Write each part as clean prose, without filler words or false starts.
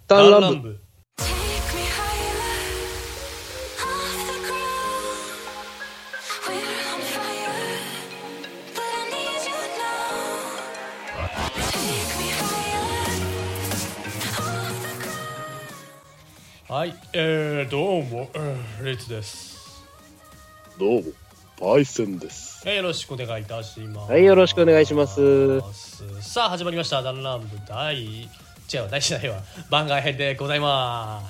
ダンランブ。はい、どうも、レイツです。 どうも、パイセンです。 よろしくお願いいたします。 はい、よろしくお願いします。 さあ始まりましたダンランブ第じゃないわ番外編でございます。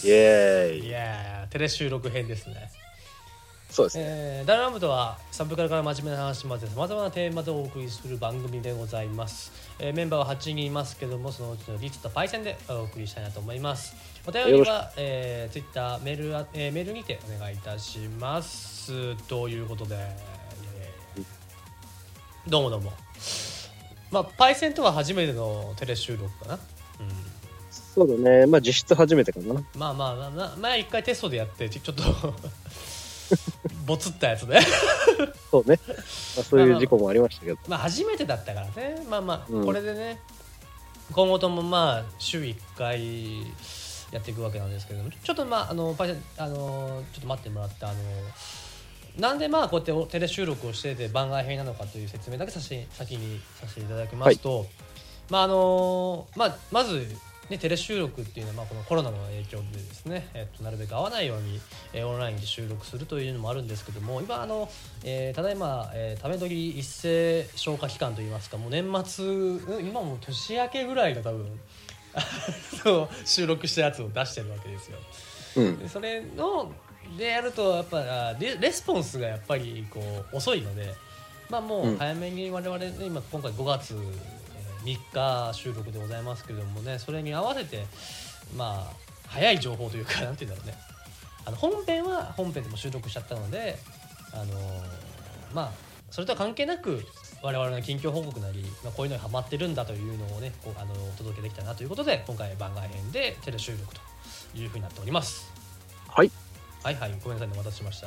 イエーイ。 いやテレ収録編ですね。 そうですね。 ダンランブとはサブカルから真面目な話までさまざまなテーマでお送りする番組でございます。メンバーは8人いますけども、そのうちのリツとパイセンでお送りしたいなと思います。お便りは、Twitter メールにてお願いいたしますということで、どうも、パイセンとは初めてのテレ収録かな。 そうだね、実質初めてかな。 前一回テストでやってちょっとボツったやつでそうね、そういう事故もありましたけど、 初めてだったからね。これでね、今後とも週1回やっていくわけなんですけども、ちょっとパイセンちょっと待ってもらって、なんでこうやってテレ収録をしてて番外編なのかという説明だけ先にさせていただきますと、まずね、テレ収録っていうのはこのコロナの影響でですね、なるべく会わないように、オンラインで収録するというのもあるんですけども、今ただいま、ため撮り一斉消化期間といいますか、もう年末、今もう年明けぐらいが多分そう収録したやつを出してるわけですよ。でそれのでやるとやっぱレスポンスがやっぱりこう遅いので、もう早めに我々ね、今回5月3日収録でございますけどもね、それに合わせて早い情報というか、なんていうんだろうね、本編は本編でも収録しちゃったので、それとは関係なく我々の近況報告なり、こういうのにハマってるんだというのをね、お届けできたなということで、今回番外編でテレ収録というふうになっております。はい、ごめんなさいね、お待たせしました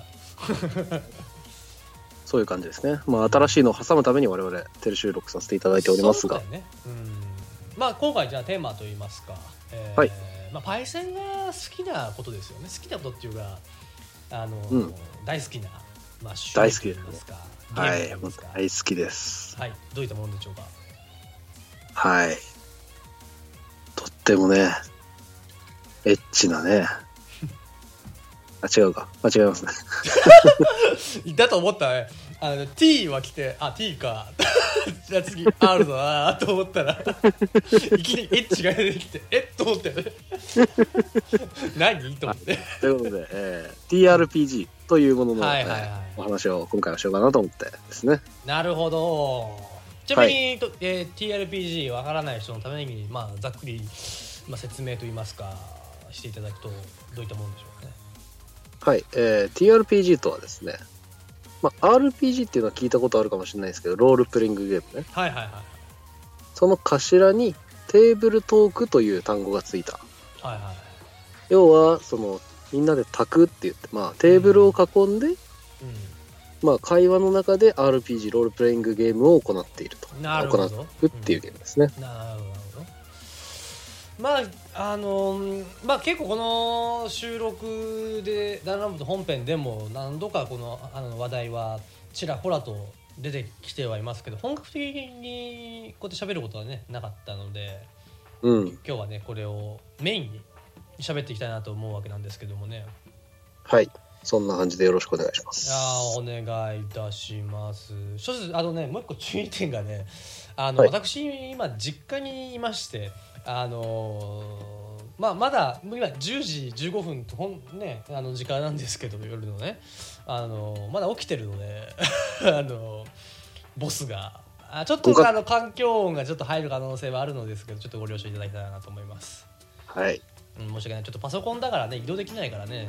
そういう感じですね。新しいのを挟むために我々テレ収録させていただいておりますが、 ね、今回じゃあテーマといいますか、パイセンが好きなことですよね。好きなことっていうか大好きな、趣味といいますか、ゲームといいますか、 大好きです。 はい、どういったものでしょうか。 はい、とってもねエッチなね違うか、間違えますねだと思ったね。T は来て、T かじゃあ次 R だなと思ったらいきなりエッチが出てきてと思ってね何と思ってということで、TRPG というものの、お話を今回はしようかなと思ってですね。 なるほど。ちなみに、TRPG わからない人のために、ざっくり、説明といいますかしていただくとどういったものでしょうかね。 はい、TRPG とはですね、RPG っていうのは聞いたことあるかもしれないですけど、ロールプレイングゲームね。その頭にテーブルトークという単語がついた。要はそのみんなで卓って言って、テーブルを囲んで、会話の中で RPG ロールプレイングゲームを行っていると。行っていくっていうゲームですね。 なるほど。結構この収録でダンランブと本編でも何度かこの話題はちらほらと出てきてはいますけど、本格的にこうやって喋ることはねなかったので、今日はねこれをメインに喋っていきたいなと思うわけなんですけどもね。 はい、そんな感じでよろしくお願いします。 お願いいたします。一つもう一個注意点がね、私今実家にいまして、まだ今10時15分と時間なんですけど、夜のねまだ起きてるのでボスがちょっと環境音がちょっと入る可能性はあるのですけど、ちょっとご了承いただきたいなと思います。 はい、 申し訳ない。ちょっとパソコンだからね移動できないからね、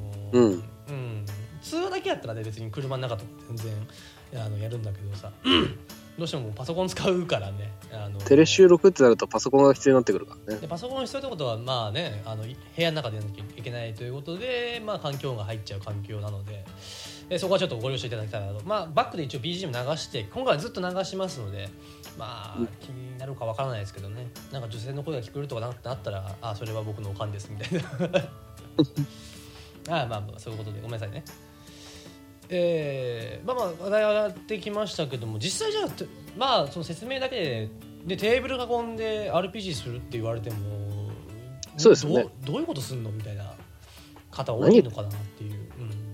通話だけやったらね別に車の中と全然やるんだけどさどうしてもパソコン使うからね、 テレ収録ってなるとパソコンが必要になってくるからね。 でパソコンが必要ってことは部屋の中でやらなきゃいけないということで、環境音が入っちゃう環境なので、 そこはちょっとご了承いただきたいなと。バックで一応 BGM 流して今回はずっと流しますので、気になるかわからないですけどね、なんか女性の声が聞こえるとかなったらそれは僕のおかんですみたいなそういうことでごめんなさいね。話題上がってきましたけども、実際じゃあその説明だけでテーブル囲んで RPG するって言われてもそうですね、 どういうことすんのみたいな方多いのかなっていう、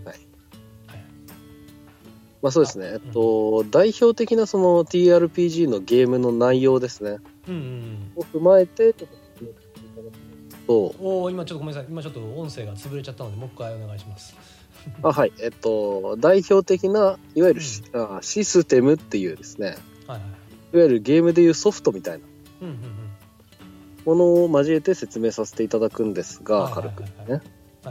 そうですね、代表的なその TRPG のゲームの内容ですね、を踏まえて今ちょっとごめんなさい、今ちょっと音声が潰れちゃったのでもう一回お願いしますはい、代表的ないわゆる、システムっていうですね、いわゆるゲームでいうソフトみたいなものを交えて説明させていただくんですが、軽くね、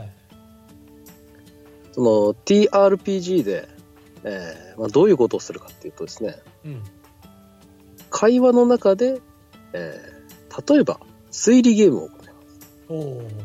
その TRPG で、どういうことをするかっていうとですね、会話の中で、例えば推理ゲームを行います。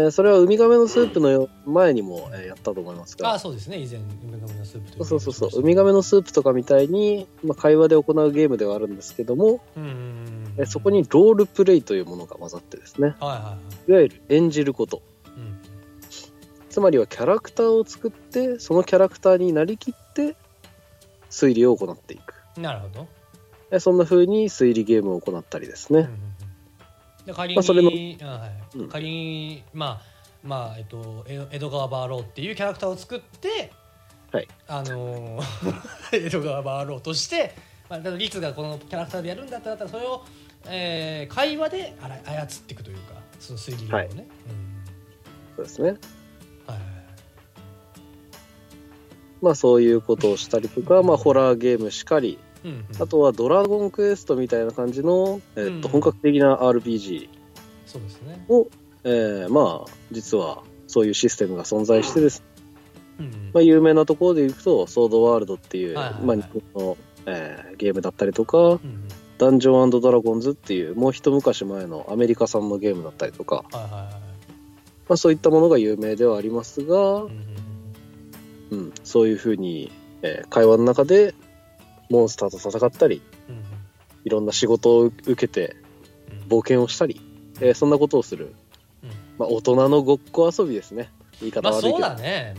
それはウミガメのスープの前にも、やったと思いますが、 そうですね、以前ウミガメのスープとそうウミガメのスープとかみたいに、会話で行うゲームではあるんですけども、そこにロールプレイというものが混ざってですね、いわゆる演じること、つまりはキャラクターを作ってそのキャラクターになりきって推理を行っていく。 なるほど。 そんな風に推理ゲームを行ったりですね、 で仮に、それの仮に江戸川バーローっていうキャラクターを作って、江戸川バーローとして、リツがこのキャラクターでやるんだったらそれを、会話で操っていくというか、その推理ゲームをね、 そうですね、そういうことをしたりとか、ホラーゲームしかり、あとはドラゴンクエストみたいな感じの、本格的な RPG を、実はそういうシステムが存在してですね、有名なところでいくとソードワールドっていう、日本の、ゲームだったりとか、ダンジョン&ドラゴンズっていうもう一昔前のアメリカ産のゲームだったりとか、そういったものが有名ではありますが、そういうふうに、会話の中でモンスターと戦ったり、いろんな仕事を受けて冒険をしたり、そんなことをする、大人のごっこ遊びですね。言い方悪いけど、 そうだね、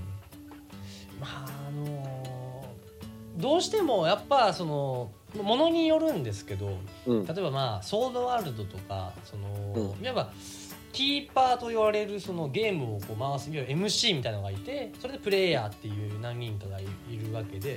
どうしてもやっぱそのものによるんですけど、例えばソードワールドとかいわばキーパーと言われるそのゲームをこう回すいわゆる MC みたいなのがいて、それでプレイヤーっていう何人かがいるわけで、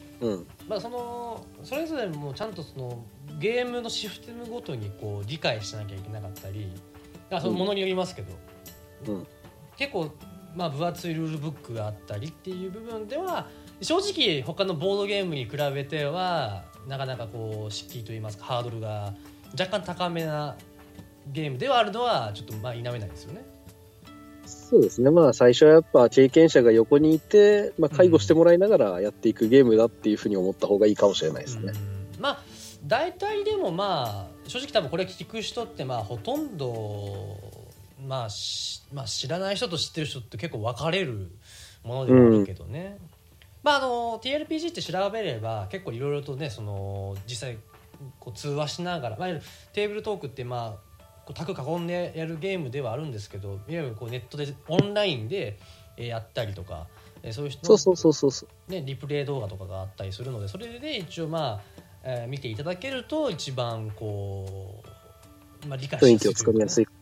それぞれもちゃんとそのゲームのシステムごとにこう理解しなきゃいけなかったり、そのものによりますけど、結構分厚いルールブックがあったりっていう部分では正直他のボードゲームに比べてはなかなかこう敷居といいますかハードルが若干高めなゲームではあるのはちょっと否めないですよね。 そうですね、最初はやっぱ経験者が横にいて、介護してもらいながらやっていくゲームだっていうふうに思った方がいいかもしれないですね。 大体でも正直多分これ聞く人ってほとんど知らない人と知ってる人って結構分かれるものではあるけどね、TRPG って調べれば結構いろいろとね、その実際こう通話しながら、テーブルトークってタク囲んでやるゲームではあるんですけど、いわゆるこうネットでオンラインでやったりとか、そういう人のリプレイ動画とかがあったりするので、それで一応見ていただけると一番こう、理解しやすい、 雰囲気をつかみやすい。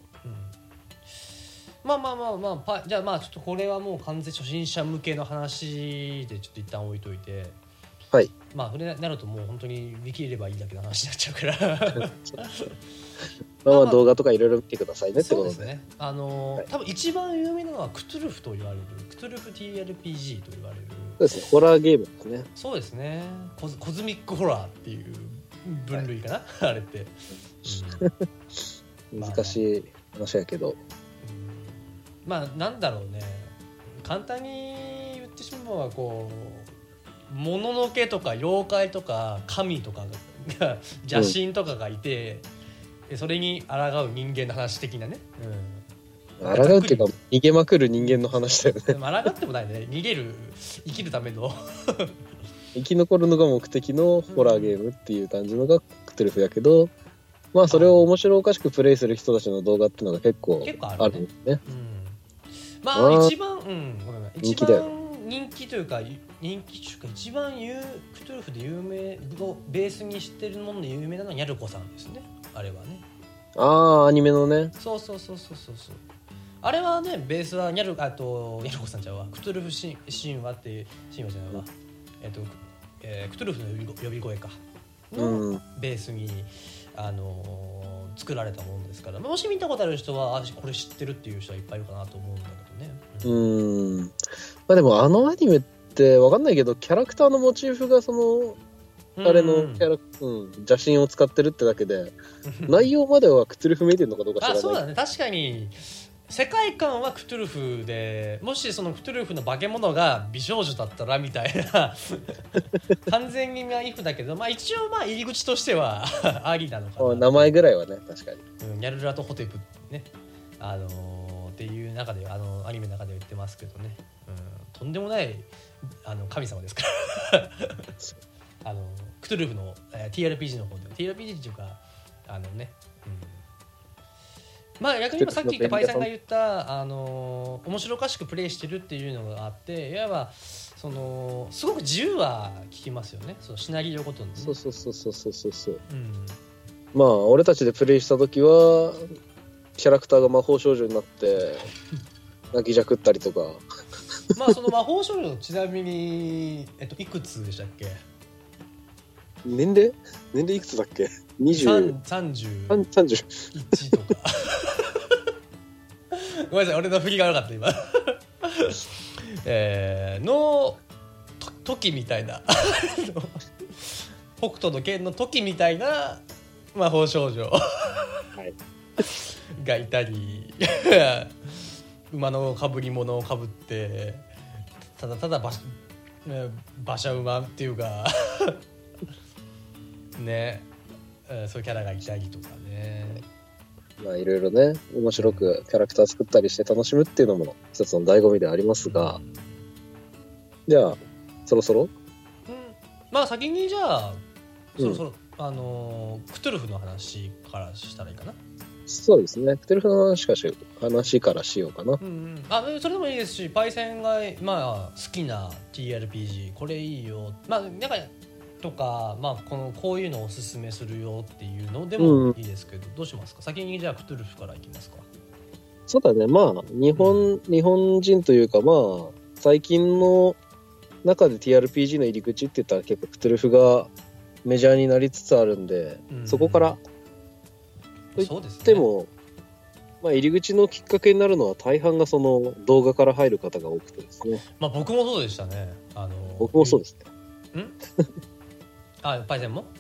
じゃあちょっとこれはもう完全初心者向けの話でちょっと一旦置いといて、それになるともう本当に見切ればいいだけの話になっちゃうから動画とかいろいろ見てくださいねってことで。 そうですね、多分一番有名なのはクトゥルフと言われるクトゥルフ TRPG と言われる、 そうですね、ホラーゲームですね。 そうですね、コズミックホラーっていう分類かな、あれって、 難しい話やけど、 なんだろうね、簡単に言ってしまえばこうもののけとか妖怪とか神とかが邪神とかがいて、それに抗う人間の話的なね、 抗うっていうか逃げまくる人間の話だよね。 抗ってもないね、逃げる生きるための生き残るのが目的のホラーゲームっていう感じのがクトゥルフやけど、まあそれを面白おかしくプレイする人たちの動画っていうのが結構あるんですね。 まあ一番、ごめん一番人気というか一番クトゥルフで有名のベースにしてるもので有名なのはニャルコさんですね、あれはね。 アニメのね。 そう。あれはね、ベースはニャルコさんちゃうわ、クトゥルフ神話っていう神話じゃないわ、クトゥルフの呼び声かのベースに、作られたものですから、もし見たことある人はこれ知ってるっていう人はいっぱいいるかなと思うんだけどね。 まあでもアニメってわかんないけど、キャラクターのモチーフがそのあれの邪神を使ってるってだけで内容まではクトゥルフ見てるのかどうか知らない。 そうだね、確かに世界観はクトゥルフで、もしそのクトゥルフの化け物が美少女だったらみたいな完全にナイフだけど、まあ一応入り口としてはありなのかな。 名前ぐらいはね、確かに、 ニャルラとホテプね、っていう中でアニメの中では言ってますけどね、とんでもない神様ですからクトゥルフの、TRPG の方で TRPG っていうかまあ逆に言えばさっき言ったパイさんが言った面白おかしくプレイしてるっていうのがあって、いわばすごく自由は聞きますよね、そのシナリオごとに、ね、そう、 まあ俺たちでプレイした時はキャラクターが魔法少女になって泣きじゃくったりとかまあその魔法少女ちなみにいくつでしたっけ？ 年齢いくつだっけ？31 とかごめんなさい、俺の振りが悪かった今の時みたいな北斗の拳の時みたいな魔法少女、がいたり馬のかぶり物をかぶってただ馬車馬っていうかね、そういうキャラがいたりとかね、 まあいろいろね面白くキャラクター作ったりして楽しむっていうのも一つの醍醐味でありますが、じゃあそろそろ、 まあ先にじゃあそろそろ、クトゥルフの話からしたらいいかな。 そうですね、クトゥルフの話からしようかな。 それでもいいですし、パイセンが好きな TRPG これいいよ、なんかとか、こういうのをおすすめするよっていうのでもいいですけど、どうしますか？先にじゃあクトゥルフからいきますか。 そうだね、日本人というか最近の中で TRPG の入り口って言ったら結構クトゥルフがメジャーになりつつあるんで、そこからと言っても、入り口のきっかけになるのは大半がその動画から入る方が多くてですね。 僕もそうでしたね。 僕もそうですね。 パイセンも？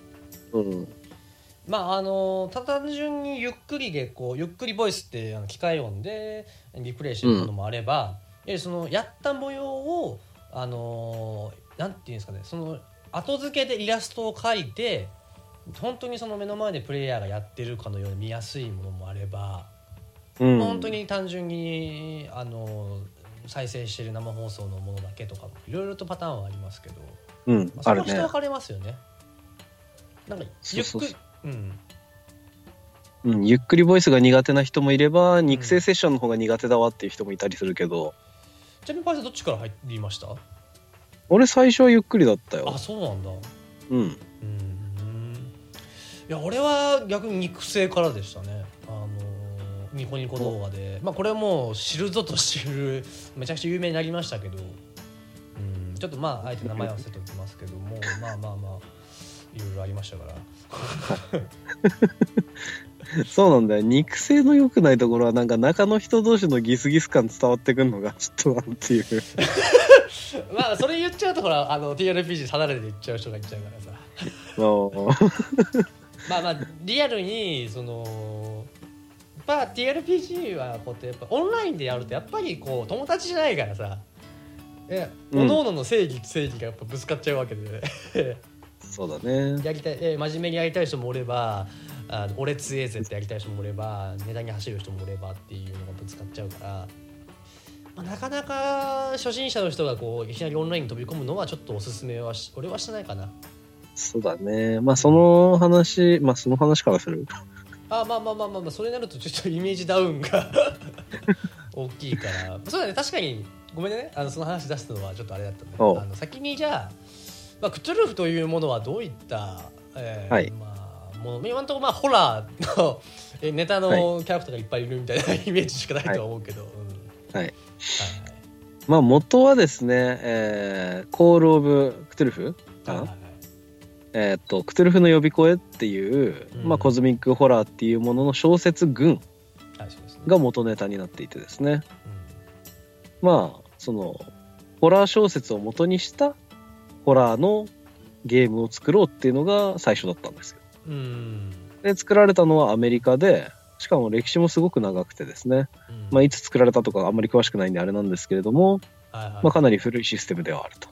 単純にゆっくりボイスって機械音でリプレイしてるものもあれば、そのやった模様をなんていうんですかね、その後付けでイラストを描いて本当にその目の前でプレイヤーがやってるかのように見やすいものもあれば、本当に単純に再生してる生放送のものだけとかいろいろとパターンはありますけど、そこして分かれますよね。なんかゆっくりゆっくりボイスが苦手な人もいれば、肉声セッションの方が苦手だわっていう人もいたりするけど、 ちなみにパイセンどっちから入りました？ 俺最初はゆっくりだったよ。 そうなんだ。いや俺は逆に肉声からでしたね。ニコニコ動画で、これはもう知るぞと知るめちゃくちゃ有名になりましたけど、ちょっとあえて名前忘れておきますけども、いろいろありましたからそうなんだよ、肉声の良くないところはなんか中の人同士のギスギス感伝わってくるのがちょっとなんていうそれ言っちゃうとほらTRPG 離れていっちゃう人がいっちゃうからさリアルにそのTRPG はこうやってやっぱオンラインでやるとやっぱりこう友達じゃないからさ、各々の正義がやっぱぶつかっちゃうわけでそうだね、 やりたい、真面目にやりたい人もおれば俺強えぜってやりたい人もおれば値段に走る人もおればっていうのがぶつかっちゃうから、まあ、なかなか初心者の人がこういきなりオンラインに飛び込むのはちょっとおすすめは俺はしてないかな。 そうだね。まあその話、まあその話からする。 まあそれになるとちょっとイメージダウンが大きいから。そうだね、確かにごめんね、その話出したのはちょっとあれだったんで、先にじゃあ、まあ、クトゥルフというものはどういった、 はい、 まあもう今のところまあホラーのネタのキャラクターがいっぱいいるみたいなイメージしかないとは思うけど、 はい。まあ元はですね、コールオブクトゥルフかな。クトゥルフの呼び声っていう、まあ、コズミックホラーっていうものの小説群が元ネタになっていてですね、まあそのホラー小説を元にしたホラーのゲームを作ろうっていうのが最初だったんですよ。で作られたのはアメリカで、しかも歴史もすごく長くてですね、まあ、いつ作られたとかあんまり詳しくないんであれなんですけれども、まあ、かなり古いシステムではあると。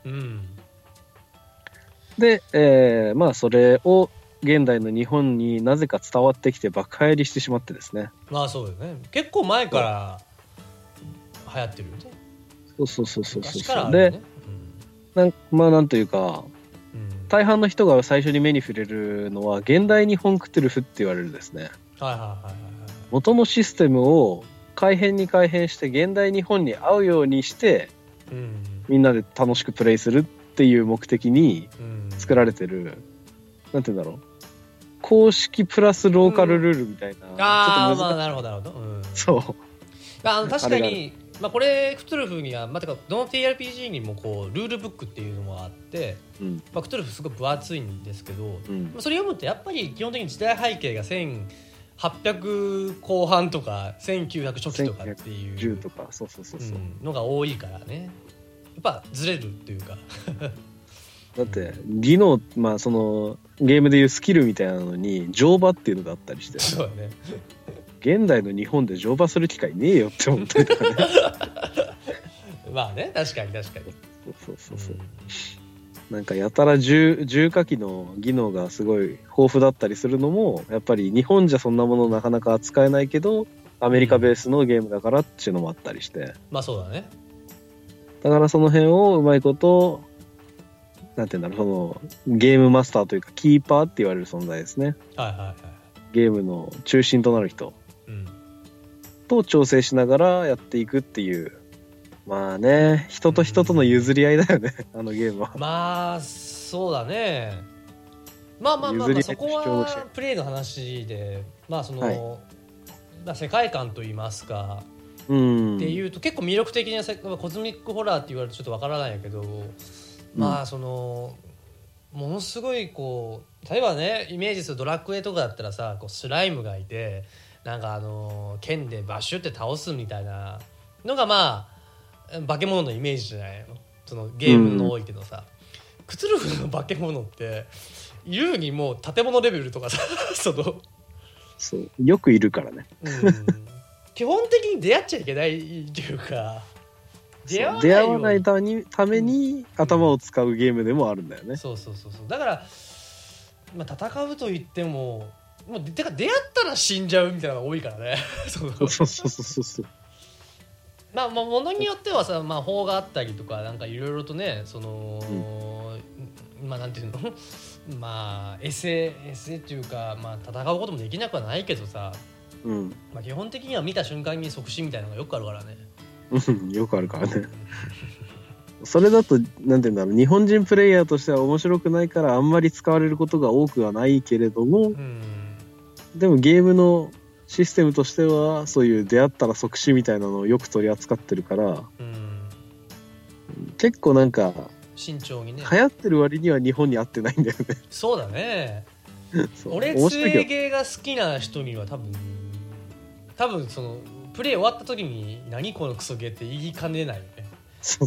で、まあそれを現代の日本になぜか伝わってきて爆流行りしてしまってですね。 まあそうだよね。結構前から流行ってるよね。 そう。で、まあなんというか、大半の人が最初に目に触れるのは現代日本クトゥルフって言われるですね。元のシステムを改変に改変して現代日本に合うようにして、みんなで楽しくプレイするっていう目的に作られてる、なんて言うんだろう、公式プラスローカルルールみたいな、ちょっと難しい。 なるほど、 そう確かにまあ、これクトゥルフには、まあ、てかどの TRPG にもこうルールブックっていうのもあって、まあ、クトゥルフすごい分厚いんですけど、それ読むとやっぱり基本的に時代背景が1800後半とか1900初期とかっていう 10とかそうのが多いからね、やっぱずれるっていうかだって技能、まあそのゲームでいうスキルみたいなのに乗馬っていうのがあったりして、 そうだね、 現代の日本で乗馬する機会ねえよって思ったりとかねまあね、確かにそう、なんかやたら重火器の技能がすごい豊富だったりするのもやっぱり日本じゃそんなものなかなか扱えないけどアメリカベースのゲームだからっていうのもあったりして、 まあそうだね。 だからその辺をうまいことなんていうんだろう、そのゲームマスターというかキーパーって言われる存在ですね。ゲームの中心となる人、と調整しながらやっていくっていう、まあね、人と人との譲り合いだよね、あのゲームは。 まあそうだね。まあそこはプレイの話で、まあその、世界観といいますか、っていうと結構魅力的なコズミックホラーって言われるとちょっとわからないんやけど、まあそのものすごいこう、例えばね、イメージするドラクエとかだったらさ、こうスライムがいてなんか剣でバシュって倒すみたいなのがまあ化け物のイメージじゃないの、そのゲームの多いけどさ、クトゥルフの化け物って言うにもう建物レベルとかさそうよくいるからね、 基本的に出会っちゃいけないっていうか、 出会わないために頭を使うゲームでもあるんだよね。 そうだから、まあ、戦うと言ってもてか出会ったら死んじゃうみたいなのが多いからねそう。まあものによってはさ、まあ、法があったりとかなんかいろいろとね、その、まあなんていうのまあエセっていうか、まあ、戦うこともできなくはないけどさ、まあ、基本的には見た瞬間に即死みたいなのがよくあるからね。 よくあるからねそれだとなんていうんだろう、日本人プレイヤーとしては面白くないからあんまり使われることが多くはないけれども、でもゲームのシステムとしてはそういう出会ったら即死みたいなのをよく取り扱ってるから、結構なんか慎重にね、 流行ってる割には日本に合ってないんだよねそうだね俺杖芸が好きな人には多分そのプレイ終わった時に何このクソゲーって言いかねないよね。 そう、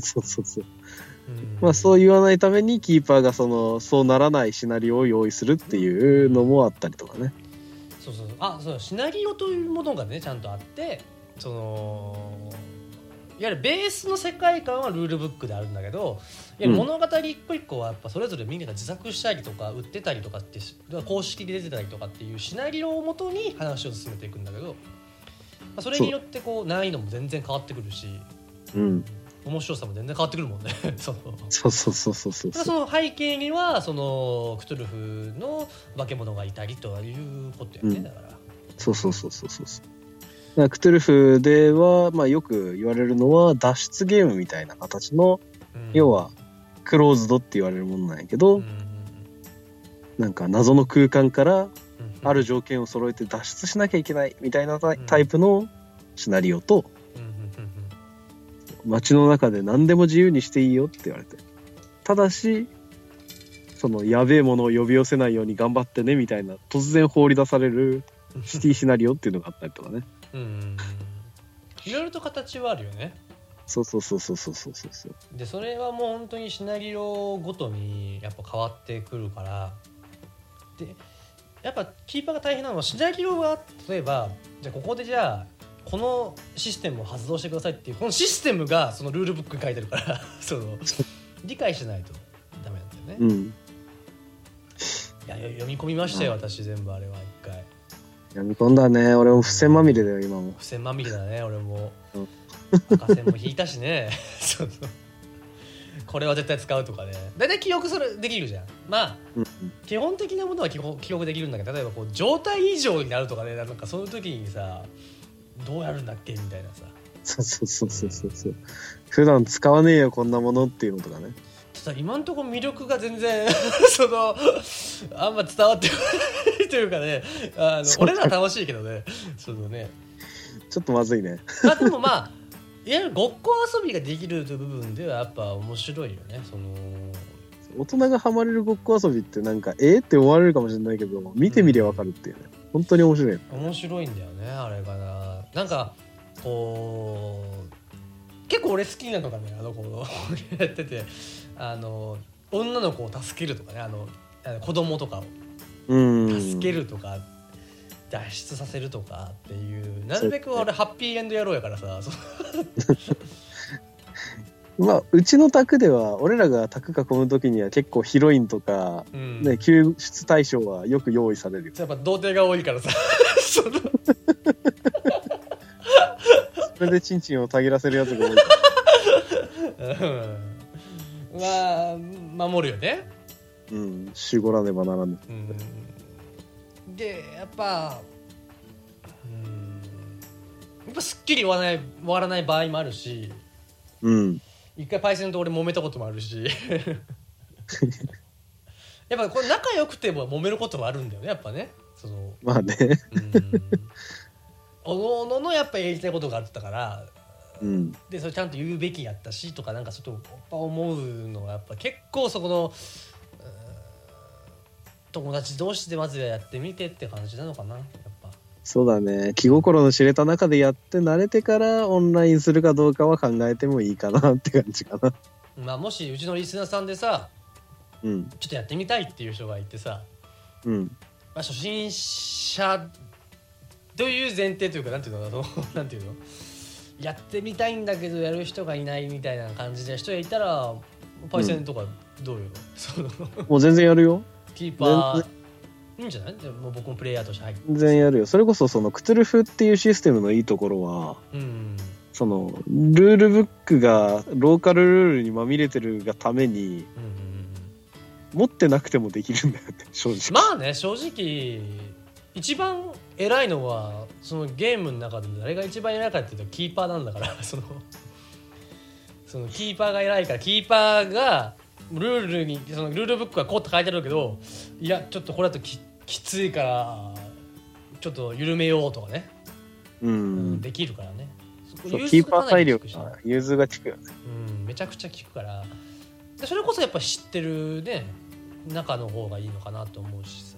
まあそう言わないためにキーパーがそうならないシナリオを用意するっていうのもあったりとかね。そうシナリオというものがねちゃんとあって、そのゆるベースの世界観はルールブックであるんだけど、いわゆる物語一個一個はやっぱそれぞれみんなが自作したりとか売ってたりとかって公式で出てたりとかっていうシナリオをもとに話を進めていくんだけど、それによってこう難易度も全然変わってくるし、面白さも全然変わってくるもんねそうその背景にはそのクトゥルフの化け物がいたりということやね、だからそうクトゥルフでは、よく言われるのは脱出ゲームみたいな形の、要はクローズドって言われるものなんやけど、なんか謎の空間からある条件を揃えて脱出しなきゃいけないみたいなタイプのシナリオと、街の中で何でも自由にしていいよって言われて、ただしそのやべえものを呼び寄せないように頑張ってねみたいな突然放り出されるシティシナリオっていうのがあったりとかねいろいろと形はあるよね。 そうでそれはもう本当にシナリオごとにやっぱ変わってくるから、でやっぱキーパーが大変なのはシナリオが例えばじゃあここでじゃあこのシステムを発動してくださいっていうこのシステムがそのルールブックに書いてるからその理解しないとダメなんだよね。いや読み込みましたよ私全部あれは一回読み込んだね。俺も付箋まみれだよ今も。 付箋まみれだね俺も、赤線も引いたしねこれは絶対使うとかね、だいたい記憶できるじゃん。基本的なものは記憶できるんだけど、例えばこう状態異常になるとかね、なんかそういう時にさどうやるんだっけみたいなさ。 そう普段使わねえよこんなものっていうのとかね。 ただ今んところ魅力が全然あんま伝わってこないというかね、俺らは楽しいけどねそのねちょっとまずいねでもいわゆるごっこ遊びができるという部分ではやっぱ面白いよね。 大人がハマれるごっこ遊びってなんかって思われるかもしれないけど見てみりゃ分かるっていうね、本当に面白い。 面白いんだよねあれがな。なんかこう結構俺好きなのがねやってて女の子を助けるとかね子供とかを助けるとか脱出させるとかっていうなるべく俺ハッピーエンド野郎やからさうちの宅では俺らが宅囲む時には結構ヒロインとか、救出対象はよく用意されるよ。 やっぱ童貞が多いからさそれでチンチンをたぎらせるやつが多い守るよね。 守護らねばならぬ。 でやっぱすっきり終わらない場合もあるし、一回パイセンと俺揉めたこともあるしやっぱこれ仲良くても揉めることもあるんだよねやっぱね。おののやっぱやりたいことがあったから、でそれちゃんと言うべきやったしとかなんかちょっとやっぱ思うのはやっぱ結構そこの友達同士でまずはやってみてって感じなのかなやっぱ。 そうだね。気心の知れた中でやって慣れてからオンラインするかどうかは考えてもいいかなって感じかな。 もしうちのリスナーさんでさ、ちょっとやってみたいっていう人がいてさ、初心者という前提というかなんていうのなんていうのやってみたいんだけどやる人がいないみたいな感じで人がいたらパイセンとかどうよ、 もう全然やるよ。 キーパーいいんじゃない？もう僕もプレイヤーとして入って全然やるよ。それこそそのクトゥルフっていうシステムのいいところは、そのルールブックがローカルルールにまみれてるがために、持ってなくてもできるんだよね正直。 正直一番偉いのはそのゲームの中で誰が一番偉いかっていうとキーパーなんだからそのキーパーが偉いから、キーパーがルールにそのルールブックはこうって書いてあるけど、いやちょっとこれだときついからちょっと緩めようとかね、できるからね。 キーパー体力が融通が効くよね。 めちゃくちゃ効くから、それこそやっぱ知ってるね中の方がいいのかなと思うしさ。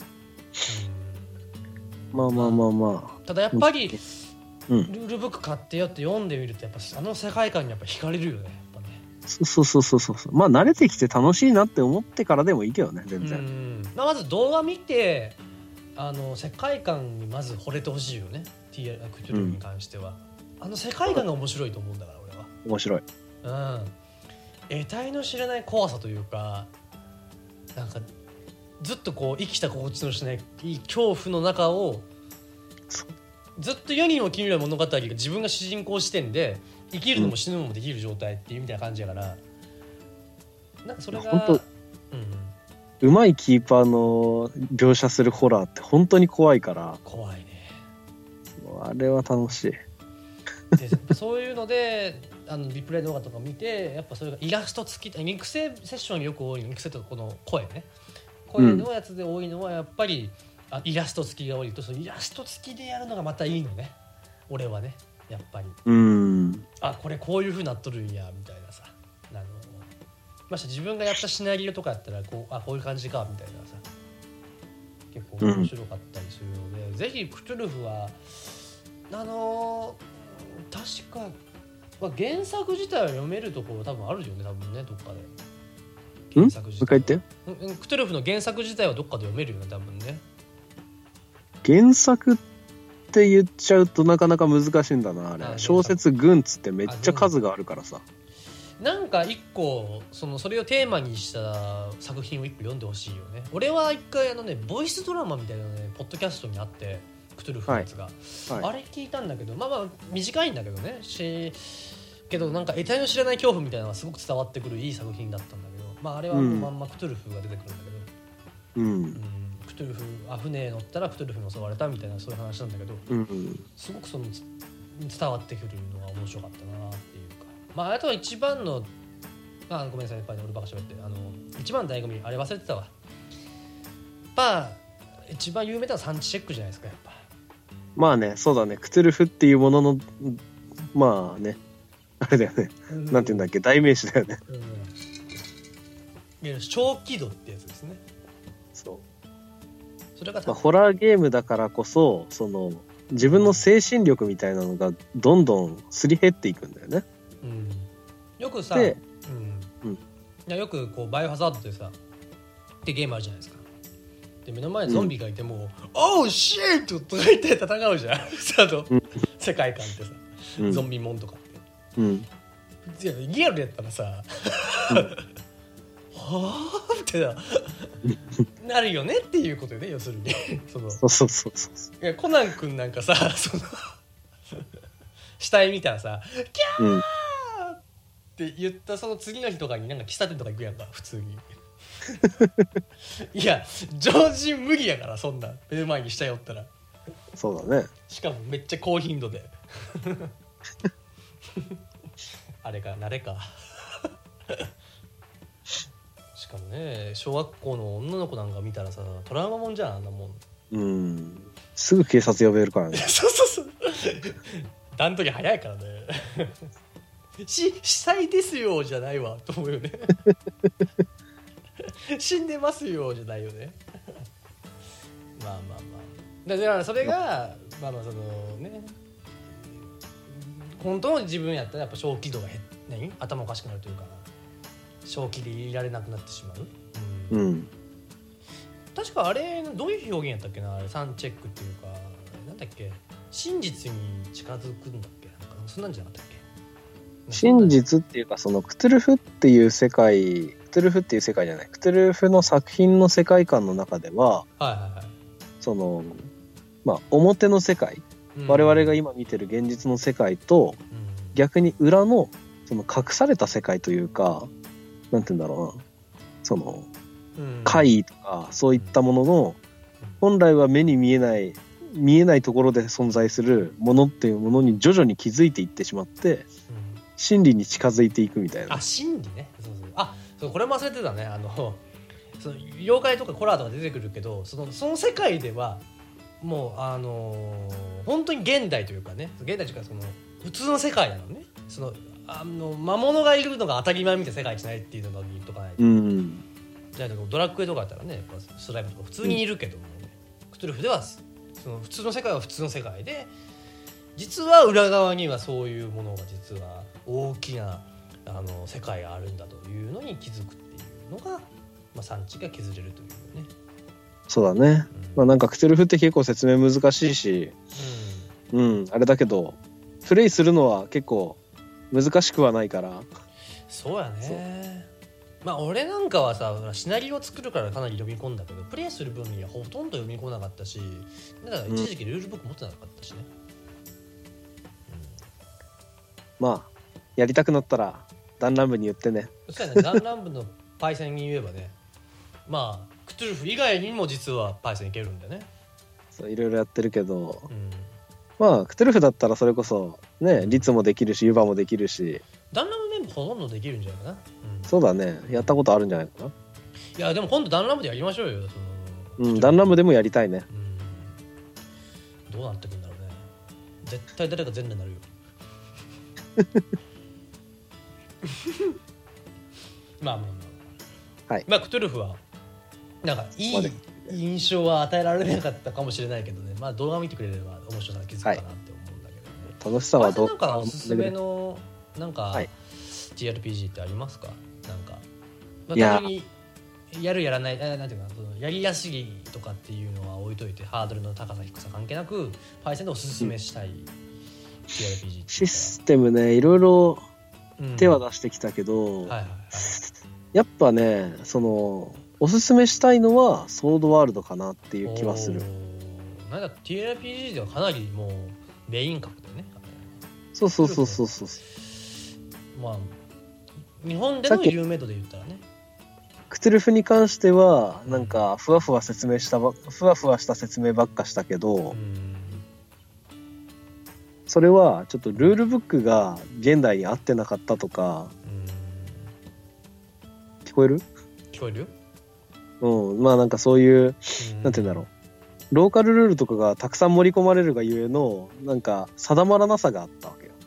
ただやっぱり、ルールブック買ってよって読んでみるとやっぱあの世界観にやっぱ惹かれるよねやっぱね。 そう慣れてきて楽しいなって思ってからでもいいけどね全然。 まず動画見て世界観にまず惚れてほしいよね。クトゥルフに関しては、世界観が面白いと思うんだから俺は。 面白い。 うん、得体の知らない怖さというか、なんかずっとこう生きた心地のしない恐怖の中をずっと世にも奇妙な物語が自分が主人公視点で生きるのも死ぬのもできる状態っていうみたいな感じやから、なんかそれが本当、うまいキーパーの描写するホラーって本当に怖いから。 怖いね。 あれは楽しい。 でそういうのでリプレイ動画とか見て、やっぱそれがイラスト付き、育成セッションによく多い、育成とかこの声のやつで多いのはやっぱりイラスト付きが多いと、そのイラスト付きでやるのがまたいいのね、俺はね、やっぱり。これこういう風になっとるんやみたいなさ、まして自分がやったシナリオとかやったらこういう感じかみたいなさ、結構面白かったりするので、ぜひクトゥルフは確か、原作自体は読めるところ多分あるよね、多分ね、どっかで。 原作自体。もう一回言って。 クトゥルフの原作自体はどっかで読めるよね、多分ね。 原作って言っちゃうとなかなか難しいんだな、あれ。小説群つってめっちゃ数があるからさ。 なんか一個それをテーマにした作品を一個読んでほしいよね。俺は一回ボイスドラマみたいなね、ポッドキャストにあって、クトゥルフのやつが、あれ聞いたんだけど、まあ短いんだけどね、けどなんか得体の知らない恐怖みたいなのがすごく伝わってくるいい作品だったんだけど、あれはまんまクトゥルフが出てくるんだけど、クトゥルフ船乗ったらクトゥルフに襲われたみたいな、そういう話なんだけど、すごく伝わってくるのが面白かったなっていうか、あとは一番のごめんなさい、やっぱり俺ばっか喋って、一番の醍醐味あれ忘れてたわ。やっぱ一番有名なのはサンチチェックじゃないですか、やっぱ。 まあね、そうだね、クトゥルフっていうものの、まあね、あれだよね、なんていうんだっけ、代名詞だよね。 小気度ってやつですね。 そう。 それがホラーゲームだからこそ、自分の精神力みたいなのがどんどんすり減っていくんだよね。 よくさ、よくこうバイオハザードでさってゲームあるじゃないですか。で目の前にゾンビがいても、オーシートとか言って戦うじゃん世界観ってさ、ゾンビモンとかって、リアルやったらさはぁってなるよねっていうことよね、要するにそういやコナン君なんかさ死体見たらさキャーって言ったその次の日とかになんか喫茶店とか行くやんか、普通にいや常人無理やから、そんな目の前に死体おったら。 そうだね。 しかもめっちゃ高頻度であれか慣れかしかもね、小学校の女の子なんか見たらさトラウマもんじゃん、あんなもん。 すぐ警察呼べるからねそう段取り早いからね死体ですよじゃないわと思うよね死んでますよじゃないよねだからそれがね、本当の自分やったらやっぱ小気度が頭おかしくなるというか、正気でいられなくなってしまう。確かあれどういう表現やったっけな、サンチェックっていうか、なんだっけ、真実に近づくんだっけ、なんかそんなんじゃなかったっけ。 真実っていうか、クトゥルフっていう世界、クトゥルフっていう世界じゃない、クトゥルフの作品の世界観の中では、表の世界、我々が今見てる現実の世界と、逆に裏の隠された世界というか、なんて言うんだろうな、怪異とかそういったものの、本来は目に見えないところで存在するものっていうものに徐々に気づいていってしまって、真理に近づいていくみたいな。 真理ね。これも忘れてたね。その妖怪とかホラーとか出てくるけど、その世界ではもう本当に現代というかね、現代というか普通の世界なのね。魔物がいるのが当たり前みたいな世界じゃないっていうのを言っとかないと。じゃあドラッグエとかだったらね、スライムとか普通にいるけども、クトゥルフでは普通の世界は普通の世界で、実は裏側にはそういうものが実は大きな世界があるんだというのに気づくっていうのが、産地が削れるというね。 そうだね。なんかクトゥルフって結構説明難しいし、あれだけどプレイするのは結構難しくはないから。 そうやね。まあ俺なんかはさシナリオを作るからかなり読み込んだけど、プレイする分にはほとんど読み込まなかったし、だから一時期ルールブック持ってなかったしね、 まあやりたくなったらダンランブに言ってね。 そうやね。ダンランブのパイセンに言えばね、まあクトゥルフ以外にも実はパイセンいけるんだよね。 そういろいろやってるけど、まあクトゥルフだったらそれこそね、律もできるしユバもできるし、 ダンラムメンバーほとんどできるんじゃないかな、 そうだね、やったことあるんじゃないかな。いやでも今度ダンラムでやりましょうよ。 ダンラムでもやりたいね。 どうなってくんだろうね。絶対誰か全裸になるよ。まあまあまあ、はい、まあクトゥルフはなんかいい印象は与えられなかったかもしれないけどね、まあ動画見てくれれば面白さが気づくかなって思うんだけどね、 楽しさはどうなんかおすすめのなんか TRPG ってありますか？なんか、まあ、たまにやるやらない、なんていうかな、そのやりやすいとかっていうのは置いといて、ハードルの高さ低さ関係なくパイセンでおすすめしたい TRPG システムね、いろいろ手は出してきたけど、やっぱね、そのおすすめしたいのはソードワールドかなっていう気はする。 なんか TRPG ではかなりもうメイン格でね。 そうそうそうそうそう。 まあ日本での有名度で言ったらね。 クトゥルフに関してはなんかふわふわした説明ばっかしたけど、それはちょっとルールブックが現代に合ってなかったとか。聞こえる？ 聞こえるよ。 まあなんかそういう、なんて言うんだろう、ローカルルールとかがたくさん盛り込まれるがゆえのなんか定まらなさがあったわけよ。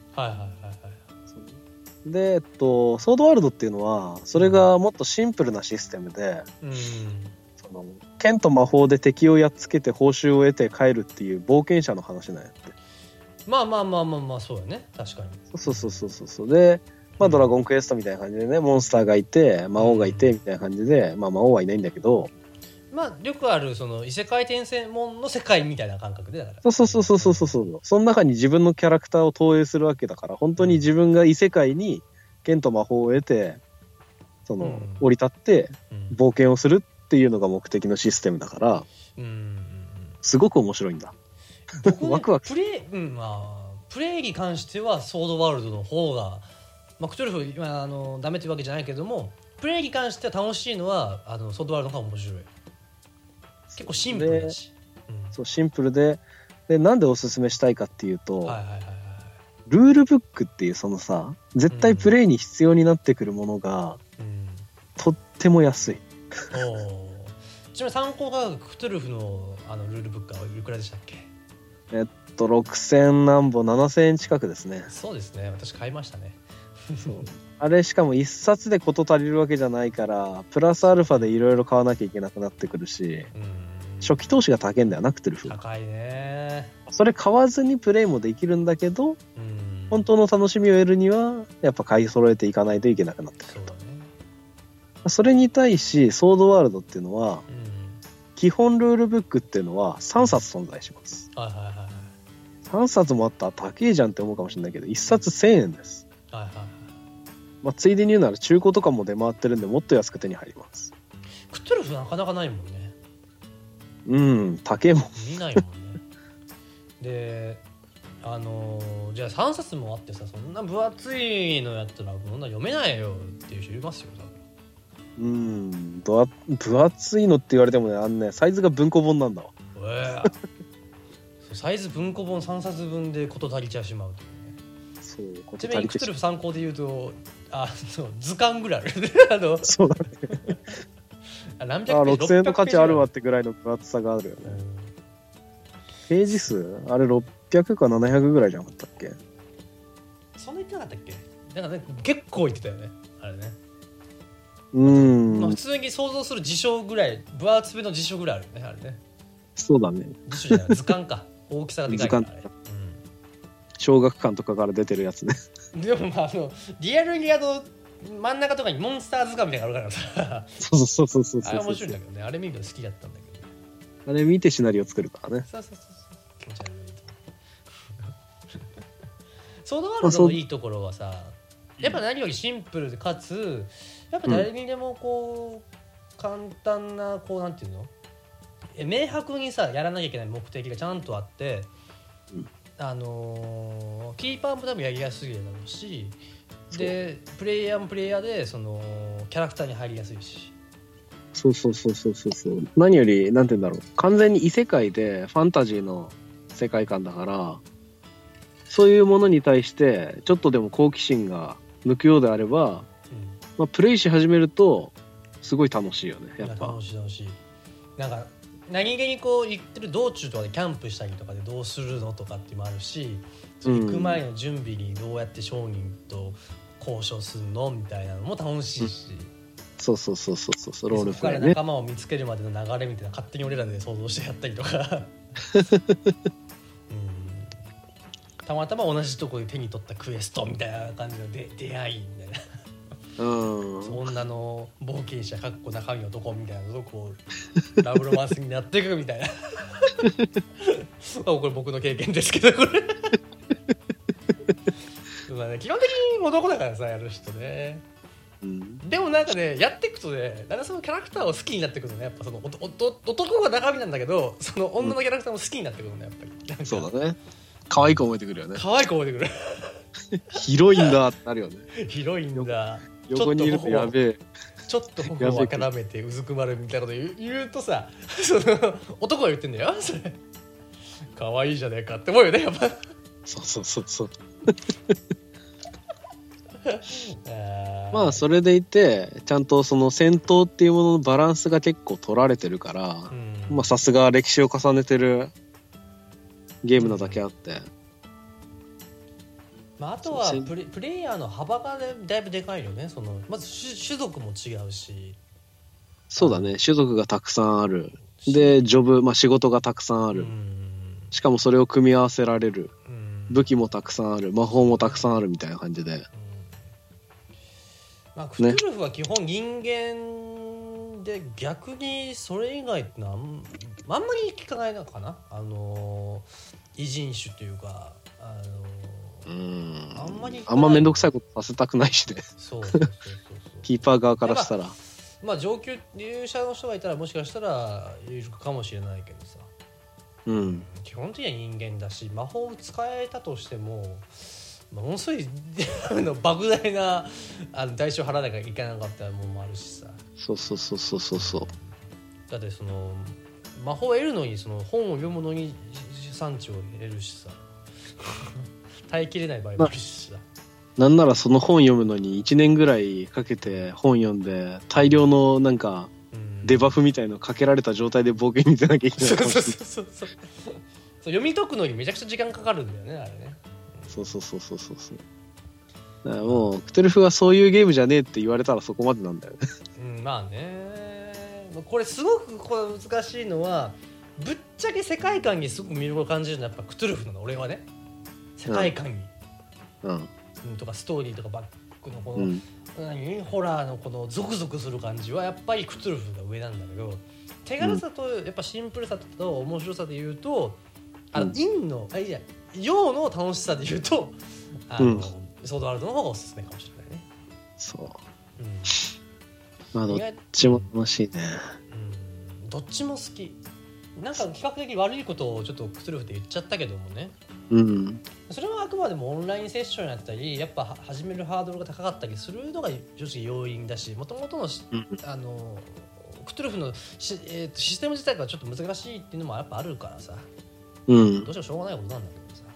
で、ソードワールドっていうのはそれがもっとシンプルなシステムで、その剣と魔法で敵をやっつけて報酬を得て帰るっていう冒険者の話なんやって。 まあそうよね、確かに。 そうで、まあドラゴンクエストみたいな感じでね、モンスターがいて魔王がいてみたいな感じで、まあ魔王はいないんだけど、 まあよくあるその異世界転生もんの世界みたいな感覚で、だからそうその中に自分のキャラクターを投影するわけだから、本当に自分が異世界に剣と魔法を得てその、降り立って冒険をするっていうのが目的のシステムだから、すごく面白いんだ。ワクワク。 プレイに関してはソードワールドの方が、まあ、クトゥルフダメっていうわけじゃないけども、プレイに関しては楽しいのはソードワールドの方が面白い。結構シンプルだし、 そうシンプルで、なんでおすすめしたいかっていうと、ルールブックっていうそのさ、絶対プレイに必要になってくるものが、とっても安い。 ちなみに参考価格クトゥルフのルールブックはいくらでしたっけ ？6000何本、7000円近くですね。 そうですね、私買いましたね。 そうあれしかも1冊で事足りるわけじゃないから、プラスアルファでいろいろ買わなきゃいけなくなってくるし、初期投資が高いんだよな、クトゥルフ。 高いね。それ買わずにプレイもできるんだけど、本当の楽しみを得るにはやっぱ買い揃えていかないといけなくなってくると。それに対しソードワールドっていうのは、基本ルールブックっていうのは3冊存在します。3冊もあったら高いじゃんって思うかもしれないけど、1冊1000円です。まあ、ついでに言うなら中古とかも出回ってるんで、もっと安く手に入ります。 クトゥルフなかなかないもんね。 高いもん。 見ないもんね。で、じゃあ3冊もあってさ、そんな分厚いのやったらこんな読めないよっていう人いますよ、多分。 分厚いのって言われてもね、サイズが文庫本なんだわ。 サイズ文庫本3冊分で事足りちゃうしまうというね。 そう、 ちなみにクトゥルフ参考で言うと、図鑑ぐらいある。 そうだね。何百ページ、6000円の価値あるわってぐらいの分厚さがあるよね。ページ数あれ600か700ぐらいじゃなかったっけ？ そんな言ってなかったっけ？なんかね、結構言ってたよね、あれね。まあ、普通に想像する辞書ぐらい、分厚めの辞書ぐらいあるよね、あれね。 そうだね。 辞書じゃない、図鑑か。大きさがでかいから、あれ。 小学館とかから出てるやつね。 でもまあリアルに真ん中とかにモンスター図鑑みたいなのがあるからさ。 そうあれ面白いんだけどね。あれ見るの好きだったんだけど。 あれ見てシナリオ作るからね。 そう気持ち悪い。 ソードワールドのいいところはさ、やっぱ何よりシンプルでかつやっぱ誰にでもこう簡単なこうなんていうの明白にさやらなきゃいけない目的がちゃんとあって、キーパーも多分やりやすいだろうし、でプレイヤーもプレイヤーでそのキャラクターに入りやすいし、 そう何よりなんて言うんだろう、完全に異世界でファンタジーの世界観だから、そういうものに対してちょっとでも好奇心が向くようであれば、プレイし始めるとすごい楽しいよね。やっぱ楽しい。 なんか何気にこう行ってる道中とかでキャンプしたりとかでどうするのとかっていうのもあるし、行く前の準備にどうやって商人と交渉するのみたいなのも楽しいし、 そうロールプレイね。 そこから仲間を見つけるまでの流れみたいな勝手に俺らで想像してやったりとかたまたま同じところで手に取ったクエストみたいな感じの出会いみたいな女の冒険者かっこ中身男みたいなのとこうラブロマンスになっていくみたいなこれ僕の経験ですけどこれまあ、ね、基本的に男だからさやる人ね、でもなんかねやっていくとねだんだんそのキャラクターを好きになってくるのね。やっぱその男が中身なんだけどその女のキャラクターも好きになってくるのねやっぱり。 そうだね、可愛い子覚えてくるよね。 可愛い子覚えてくるヒロインだってなるよね。 ヒロインだ、 横にいるとやべえ、 ちょっと頬を赤らめてうずくまるみたいなこと言うとさ、その男が言ってんだよそれ可愛いじゃねえかって思うよねやっぱ。 そうまあそれでいてちゃんとその戦闘っていうもののバランスが結構取られてるから、まあさすが歴史を重ねてるゲームなだけあって、 まあ、あとはプレイヤーの幅がだいぶでかいよね。そのまず種族も違うし、 そうだね、種族がたくさんある。でジョブ、仕事がたくさんある。しかもそれを組み合わせられる。武器もたくさんある、魔法もたくさんあるみたいな感じで、 まあ、クトゥルフは基本人間で、逆にそれ以外ってのはあんまり聞かないのかな。異人種というかあんまめんどくさいことさせたくないしね。そうキーパー側からしたら、 まあ上級者の人がいたらもしかしたらいるかもしれないけどさ、基本的には人間だし、魔法を使えたとしてもものすごい莫大な代償を払わなきゃいけなかったものもあるしさ。 そうだってその魔法を得るのにその本を読むのに産地を得るしさ耐えきれない場合もあるしさ、 なんならその本読むのに1年ぐらいかけて本読んで大量のなんかデバフみたいのかけられた状態で冒険に出なきゃいけないかもしれない。そう読み解くのにめちゃくちゃ時間かかるんだよねあれね。 そうだからもうクトゥルフはそういうゲームじゃねえって言われたらそこまでなんだよね。 まあね、これすごくこれ難しいのはぶっちゃけ世界観にすごく魅力を感じるのはやっぱクトゥルフなの俺はね。世界観に、とかストーリーとかバックのこの、ホラーのこのゾクゾクする感じはやっぱりクトゥルフが上なんだけど、手軽さとやっぱシンプルさと面白さで言うと陽の楽しさで言うとソードワールドの方がおすすめかもしれないね。 そう、まあどっちも楽しいね。 どっちも好き。なんか比較的悪いことをちょっとクトゥルフって言っちゃったけどもね、それはあくまでもオンラインセッションやったりやっぱ始めるハードルが高かったりするのが正直要因だし、もともとのクトゥルフのシステム自体がちょっと難しいっていうのもやっぱあるからさ、どうしてもしょうがないことなんだけどさ、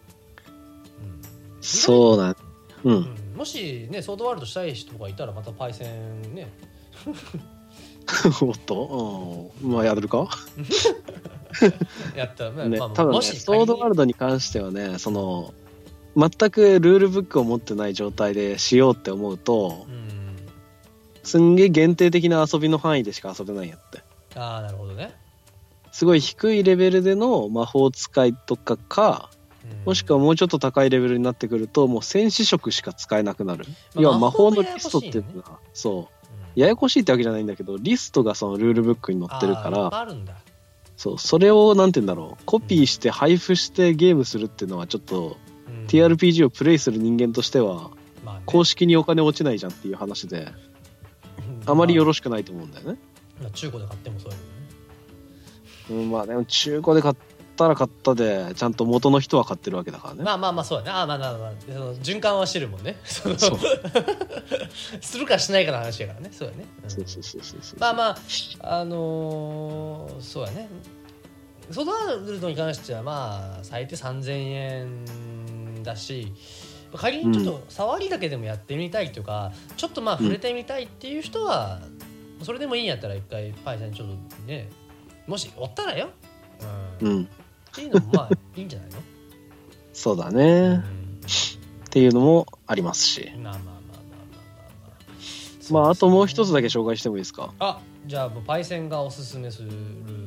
そうだ、 もしねソードワールドしたい人がいたらまたパイセンねおっと、まあやるかやったら、 ね、多分ねソードワールドに関してはね、その全くルールブックを持ってない状態でしようって思うと、すんげえ限定的な遊びの範囲でしか遊べないんやって。 ああなるほどね。 すごい低いレベルでの魔法使いとかもしくはもうちょっと高いレベルになってくるともう戦士色しか使えなくなる。要は魔法のリストっていうのはそうややこしいってわけじゃないんだけど、リストがそのルールブックに載ってるから、 あるんだ。 それをなんて言うんだろう、コピーして配布してゲームするっていうのはちょっと TRPG をプレイする人間としては、まあね、公式にお金落ちないじゃんっていう話で、あまりよろしくないと思うんだよね。 まあ、中古で買ってもそういうのね。まあでも中古で買ったら買ったでちゃんと元の人は買ってるわけだからね。 まあそうだね。まあその循環はしてるもんね。そうするかしないかの話やからね。そうだね。そう。まあそうだね。ソードアールドに関してはまあ最低3000円だし、仮にちょっと触りだけでもやってみたいとか、ちょっとまあ触れてみたいっていう人は、それでもいいんやったら一回パイセンちょっとね、もしおったらよ、っていうのもまあいいんじゃないの？ そうだね、っていうのもありますし、まああともう一つだけ紹介してもいいですか？ じゃあパイセンがおすすめする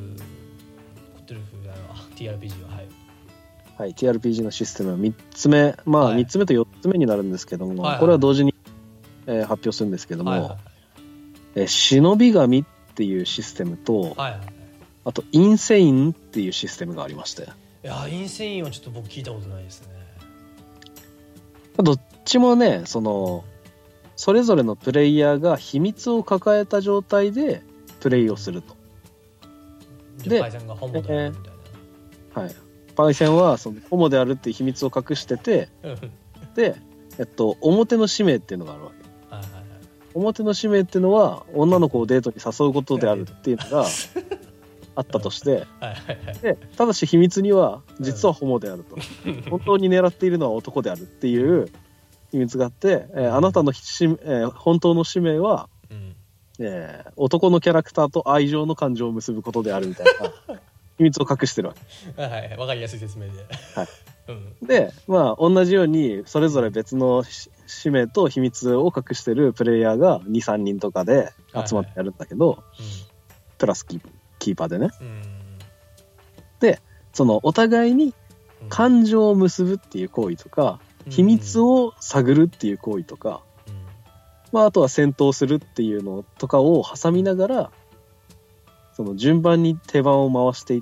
TRPG ははい、TRPG のシステムは3つ目、3つ目と4つ目になるんですけども、これは同時に、発表するんですけども、忍び神っていうシステムと、あとインセインっていうシステムがありまして。 いや、インセインはちょっと僕聞いたことないですね。 どっちもね、それぞれのプレイヤーが秘密を抱えた状態でプレイをすると。 で、パイセンがホモであるみたいな。はい。パイセンはそのホモであるっていう秘密を隠してて、で、表の使命っていうのがあるわけ。表の使命っていうのは女の子をデートに誘うことであるっていうのがあったとして、でただし秘密には実はホモであると、本当に狙っているのは男であるっていう秘密があって、あなたの本当の使命は、男のキャラクターと愛情の感情を結ぶことであるみたいな秘密を隠してるわけ。わかりやすい説明で。 で、同じようにそれぞれ別の使命と秘密を隠してるプレイヤーが 2,3 人とかで集まってやるんだけど、プラスキーパーでね。で、そのお互いに感情を結ぶっていう行為とか、秘密を探るっていう行為とか、あとは戦闘するっていうのとかを挟みながら、その順番に手番を回していって、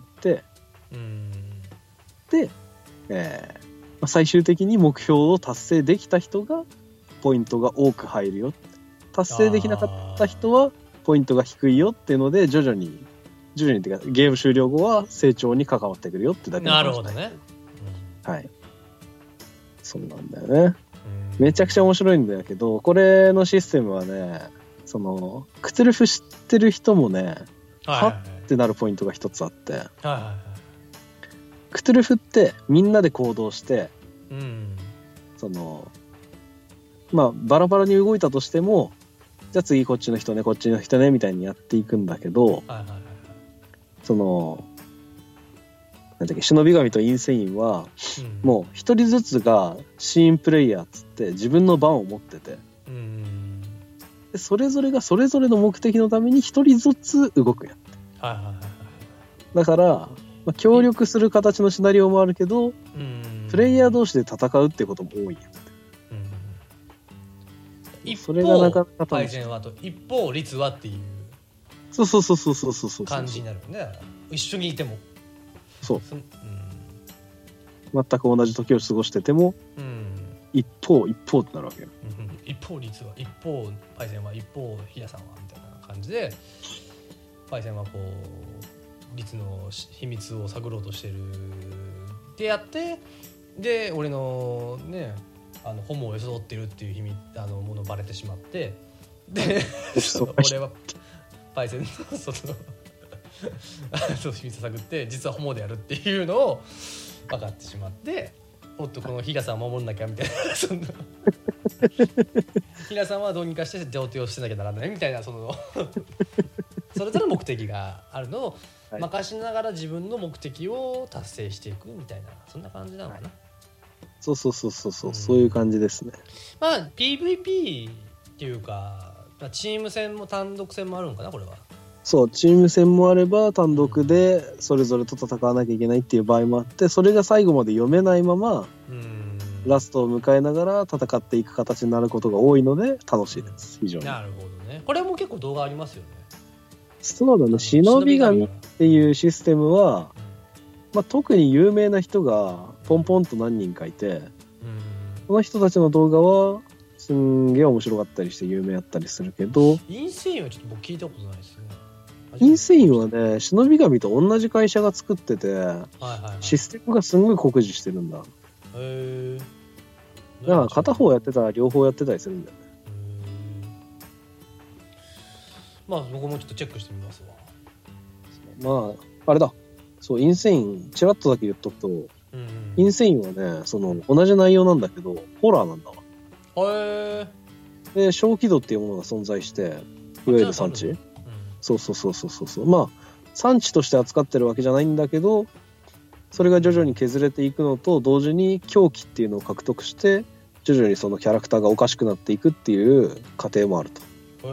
で、最終的に目標を達成できた人がポイントが多く入るよ、達成できなかった人はポイントが低いよっていうので、徐々にっていうかゲーム終了後は成長に関わってくるよってだけの話。 なるほどね。 はい。そうなんだよね。めちゃくちゃ面白いんだけど、これのシステムはね、クトゥルフ知ってる人もね、はってなるポイントが一つあって、クトゥルフってみんなで行動して、バラバラに動いたとしても、じゃあ次こっちの人ね、こっちの人ねみたいにやっていくんだけど、なんだっけ、忍び神とインセインは、もう一人ずつがシーンプレイヤーっつって自分の番を持ってて、でそれぞれがそれぞれの目的のために一人ずつ動くやん。だから、協力する形のシナリオもあるけど、プレイヤー同士で戦うってことも多いやん。 それがなかなかパイセンはと一方律はっていう感じになるね。一緒にいてもそう、全く同じ時を過ごしてても、一方ってなるわけよ。 一方律は、一方パイセンは、一方ヒラさんはみたいな感じで、パイセンはこう律の秘密を探ろうとしてるってやって、で俺のね、ホモを装ってるっていう秘密ものバレてしまって、で俺はパイセンのそう秘密を探って実はホモであるっていうのを分かってしまって、おっとこのヒラさんを守んなきゃみたいなそんなヒラさんはどうにかして上手をしてなきゃならないみたいな、それぞれ目的があるのを任しながら自分の目的を達成していくみたいな、そんな感じなのかな。 そう、そういう感じですね。 PVP っていうかチーム戦も単独戦もあるのかな、これは。 そう、チーム戦もあれば単独でそれぞれと戦わなきゃいけないっていう場合もあって、それが最後まで読めないままラストを迎えながら戦っていく形になることが多いので楽しいです、非常に。 なるほどね。これも結構動画ありますよね。 そうだね。忍び神っていうシステムは、特に有名な人がポンポンと何人かいて、 その人たちの動画はすんげえ面白かったりして有名やったりするけど、 インセインはちょっと僕聞いたことないですね。 インセインはね、忍び神と同じ会社が作ってて、システムがすんごい酷似してるんだ。へだから片方やってたら両方やってたりするんだよね。 まあ僕もちょっとチェックしてみますわ。まああれだ、そうインセインちらっとだけ言っとくと、インセインはね、その同じ内容なんだけどホラーなんだわ。で小気度っていうものが存在して、いわゆる産地、そう、まあ産地として扱ってるわけじゃないんだけど、それが徐々に削れていくのと同時に狂気っていうのを獲得して徐々にそのキャラクターがおかしくなっていくっていう過程もあると。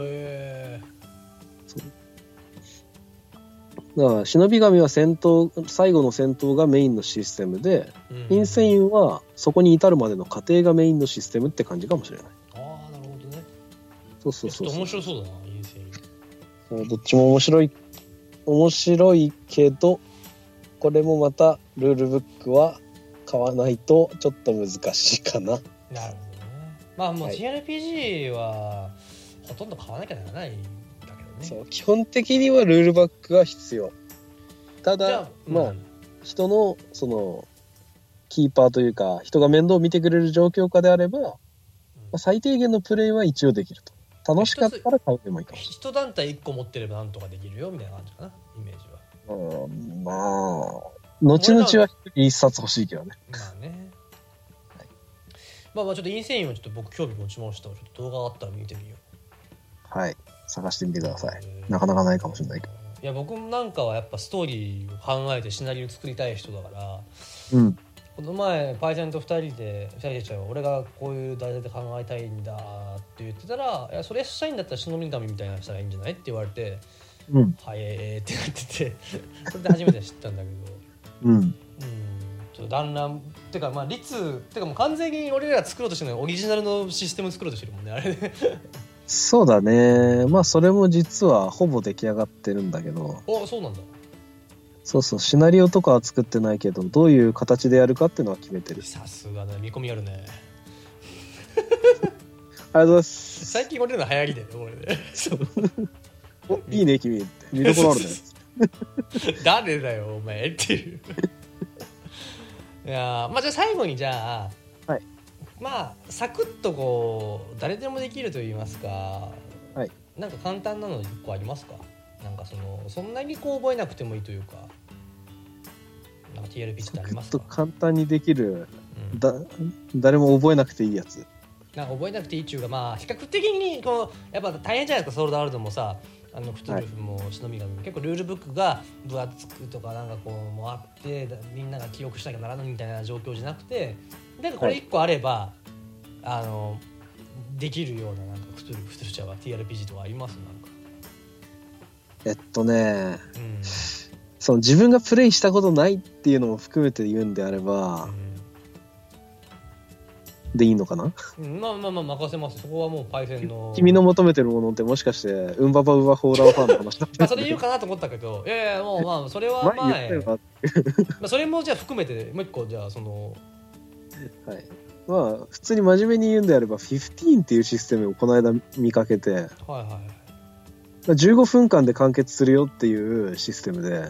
だから忍び神は戦闘、最後の戦闘がメインのシステムで、インセインはそこに至るまでの過程がメインのシステムって感じかもしれない。 ああ、なるほどね。 そうちょっと面白そうだな、インセイン。 そうどっちも面白いけど、これもまたルールブックは買わないとちょっと難しいかな。 なるほどね。まあもう TRPG はほとんど買わなきゃならないんだけどね。 そう基本的にはルールバックが必要。ただまあ人のそのキーパーというか人が面倒を見てくれる状況下であれば、まあ、最低限のプレイは一応できると。楽しかったら買うでもいいかもしれない。 一団体1個持ってればなんとかできるよみたいな感じかな、イメージは。 まあ後々は一冊欲しいけどね。 まあね、はい、まあちょっとインセインはちょっと僕興味持ちました。ちょっと動画あったら見てみよう。 はい、探してみてください。なかなかないかもしれないけど。 いや僕なんかはやっぱストーリーを考えてシナリオ作りたい人だから、この前パイセンと2人で俺がこういう題材で考えたいんだって言ってたら、いやそれしたいんだったら忍び神みたいなのしたらいいんじゃないって言われて、はいってなっててそれで初めて知ったんだけどちょっと団らんってかまあ率ってかもう完全に俺らが作ろうとしてるのはオリジナルのシステム作ろうとしてるもんね、あれね。 そうだね。まあそれも実はほぼ出来上がってるんだけど。 そうなんだ。 そうシナリオとかは作ってないけど、どういう形でやるかっていうのは決めてる。 さすがね、見込みあるね。 ありがとうございます。 最近俺の流行りだよね、俺ね。 お、いいね君って見どころあるね。 誰だよお前っていう。いやまあじゃあ最後にじゃあ、はい、まあサクッとこう誰でもできると言いますか、はい、なんか簡単なの1個ありますか？なんかそんなにこう覚えなくてもいいというか、なんか TRPG ってありますか？ 簡単にできる、誰も覚えなくていいやつ。 なんか覚えなくていいっちゅうか、まあ比較的にこうやっぱ大変じゃないですか。ソールドアールドもさ、クトゥルフも忍び神も結構ルールブックが分厚くとかなんかこうもあってみんなが記憶しなきゃならないみたいな状況じゃなくて、なんかこれ1個あれば、できるようななんかクトゥルフちゃんは TRPG とかあります？なんかその自分がプレイしたことないっていうのも含めて言うんであれば、でいいのかな？ まあ任せます。そこはもうパイセンの君の求めてるものってもしかしてウンババウバホーラーファンの話だったそれ言うかなと思ったけど、いやもうまあそれはそれもじゃあ含めてもう一個じゃあはいまあ普通に真面目に言うんであれば15っていうシステムをこの間見かけて、15分間で完結するよっていうシステムで、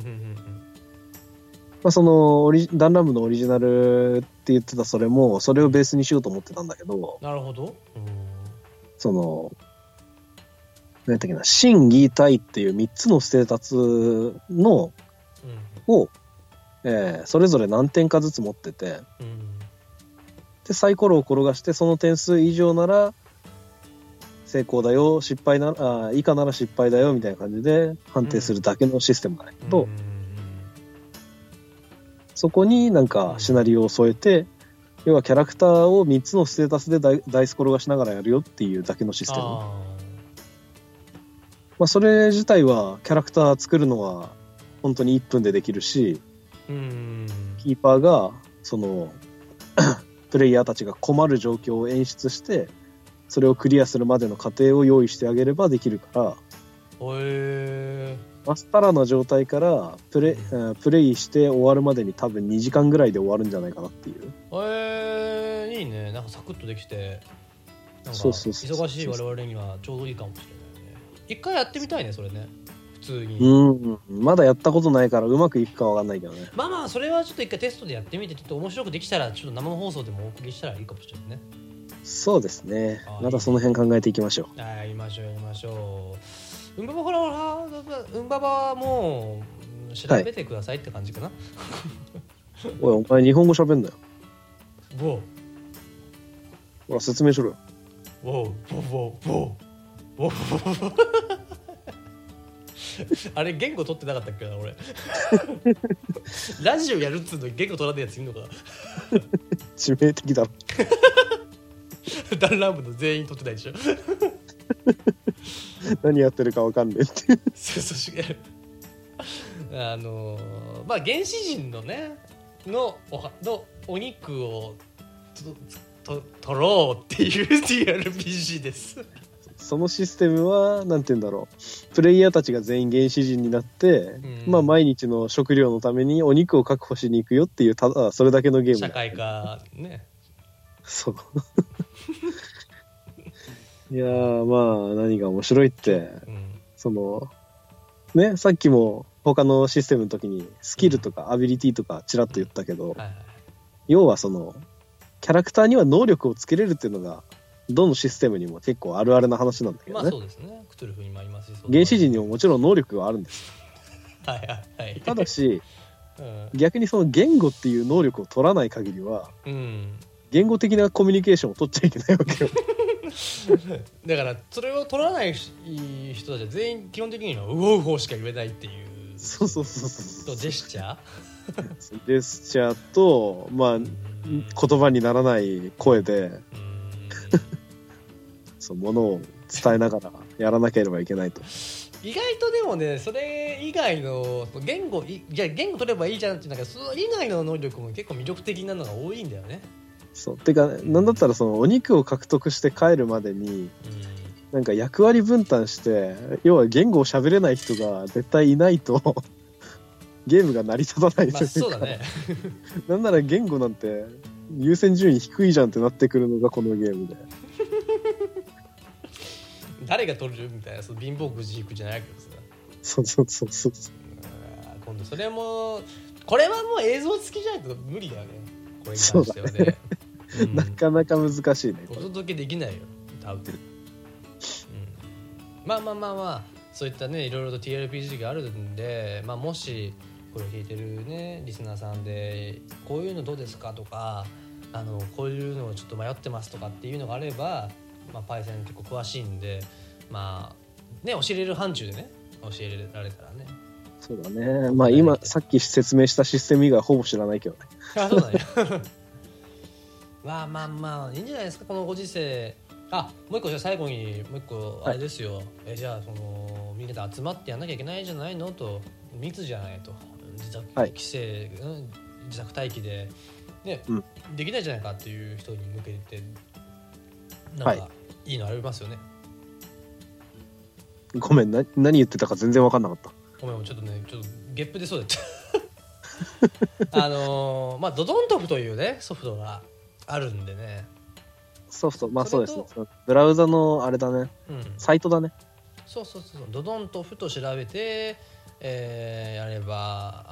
そのダンラムのオリジナルって言ってたそれもそれをベースにしようと思ってたんだけど、 なるほど。 その何だっけな、真偽体っていう3つのステータスの、を、それぞれ何点かずつ持ってて、でサイコロを転がしてその点数以上なら成功だよ、失敗なら以下なら失敗だよみたいな感じで判定するだけのシステムなんだけど、そこになんかシナリオを添えて、要はキャラクターを3つのステータスでダイス転がしながらやるよっていうだけのシステム。それ自体はキャラクター作るのは本当に1分でできるし、キーパーがそのプレイヤーたちが困る状況を演出してそれをクリアするまでの過程を用意してあげればできるから、マスタラな状態からプレイして終わるまでに多分2時間ぐらいで終わるんじゃないかなっていう。 しいね。なんかサクッとできて、なんか忙しい我々にはちょうどいいかもしれないね。一回やってみたいね、それね。普通に。 まだやったことないからうまくいくかわかんないけどね。 まあまあそれはちょっと一回テストでやってみて、ちょっと面白くできたらちょっと生放送でもお送りしたらいいかもしれないね。 そうですね。またその辺考えていきましょう。 やりましょう。うんばばほらうんばばはもう調べてくださいって感じかな。 おい、お前日本語喋んなよ。 ほら説明しろよ。 あれ言語取ってなかったっけな俺。ラジオやるっつうのに言語取らないやついるのか。 致命的だろ。 ダンランブの全員取ってないでしょ。 何やってるかわかんねえって。 まあ原始人のねのお肉を取ろうっていう TRPG です。 そのシステムはなんて言うんだろう、プレイヤーたちが全員原始人になって、まあ毎日の食料のためにお肉を確保しに行くよっていう、ただそれだけのゲーム。 社会科ね。 そう。いやー、まあ何が面白いって、そのね、さっきも他のシステムの時にスキルとかアビリティとかちらっと言ったけど、要はそのキャラクターには能力をつけれるっていうのがどのシステムにも結構あるあるな話なんだけどね。 まあそうですね。クトゥルフにもありますし、 原始人にももちろん能力があるんですよ。ただし、逆にその言語っていう能力を取らない限りは、言語的なコミュニケーションを取っちゃいけないわけよ。 だからそれを取らない人たちは全員基本的にはウォウホウしか言えないっていう。 そうとジェスチャージェスチャーと、まあ言葉にならない声でそうものを伝えながらやらなければいけないと。 意外とでもね、それ以外の言語じゃあ言語取ればいいじゃんっていう、なんかそれ以外の能力も結構魅力的なのが多いんだよね。 そうてか、なんだったらそのお肉を獲得して帰るまでに、なんか役割分担して、要は言語を喋れない人が絶対いないとゲームが成り立たないというか、 そうだね。 なんなら言語なんて優先順位低いじゃんってなってくるのがこのゲームで。 誰が取るみたいな、その貧乏くじ引くじゃないけどさ。 そう。 今度それもこれはもう映像付きじゃないと無理だよね。これに関してはね。 なかなか難しいね。 お届けできないよ多分。まあそういったねいろいろと TRPG があるんで、まあもしこれを聞いてるねリスナーさんでこういうのどうですかとか、こういうのをちょっと迷ってますとかっていうのがあれば、まあパイセン結構詳しいんで、まあね教えれる範疇でね教えられたらね。 そうだね。まあ今さっき説明したシステム以外ほぼ知らないけどね。 そうだね。まあいいんじゃないですかこのご時世。もう一個じゃあ最後にもう一個あれですよ。じゃあそのみんなで集まってやんなきゃいけないんじゃないのと、密じゃないと自宅規制、自宅待機でね、できないじゃないかっていう人に向けてなんかいいのありますよね。 ごめん、何言ってたか全然分かんなかった。 ごめん、ちょっとゲップ出そうだったまあドドントフというねソフトがあるんでね。 ソフト、まあそうですね。ブラウザのあれだね、サイトだね。 そうドドントフと調べて、やれば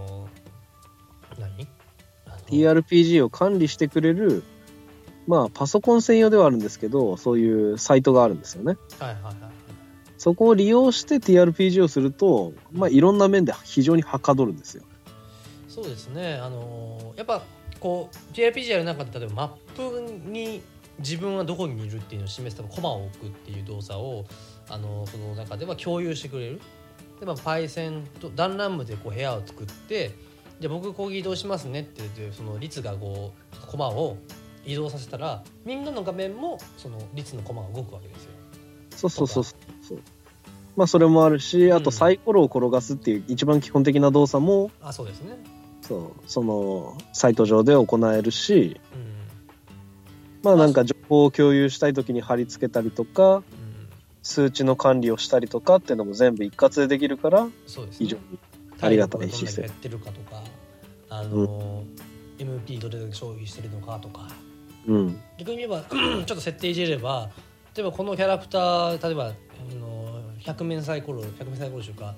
TRPG を管理してくれる、まあパソコン専用ではあるんですけど、そういうサイトがあるんですよね。そこを利用して TRPG をすると、まあいろんな面で非常にはかどるんですよ。 そうですね。やっぱこう TRPG やる中で例えばマップに自分はどこにいるっていうのを示すコマを置くっていう動作をその中では共有してくれる。でパイセンとダンラムでこう部屋を作って、じゃあ僕こう移動しますねって言ってその列がこうコマを移動させたらみんなの画面もその列のコマが動くわけですよ。 そう。まあそれもあるし、あとサイコロを転がすっていう一番基本的な動作も、 そうですね。 そのサイト上で行えるし、まあなんか情報を共有したいときに貼り付けたりとか、数値の管理をしたりとかっていうのも全部一括でできるから、非常にありがたいシステム。 やってるかとか、MP どれだけ消費してるのかとか、 うん、 逆に言えばちょっと設定いじれれば、例えばこのキャラクター、例えば100面サイコロというか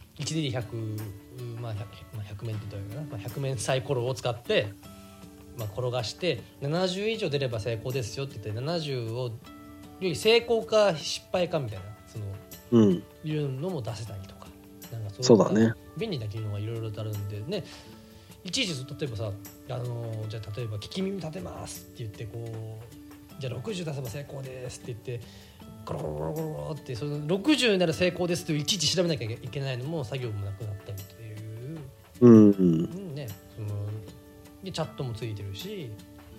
1D100、100面って言ったらいいかな、100面サイコロを使って、転がして70以上出れば成功ですよって言って、70をより成功か失敗かみたいな、いうのも出せたりとか、なんかそうだね、 便利な機能がいろいろとあるんでね。いちいち例えばさ、じゃあ例えば聞き耳立てますって言ってこう、じゃあ60出せば成功ですって言ってゴロゴロゴロゴロってその60なら成功ですっていちいち調べなきゃいけないのも作業もなくなったりっていう、ね、でチャットもついてるし、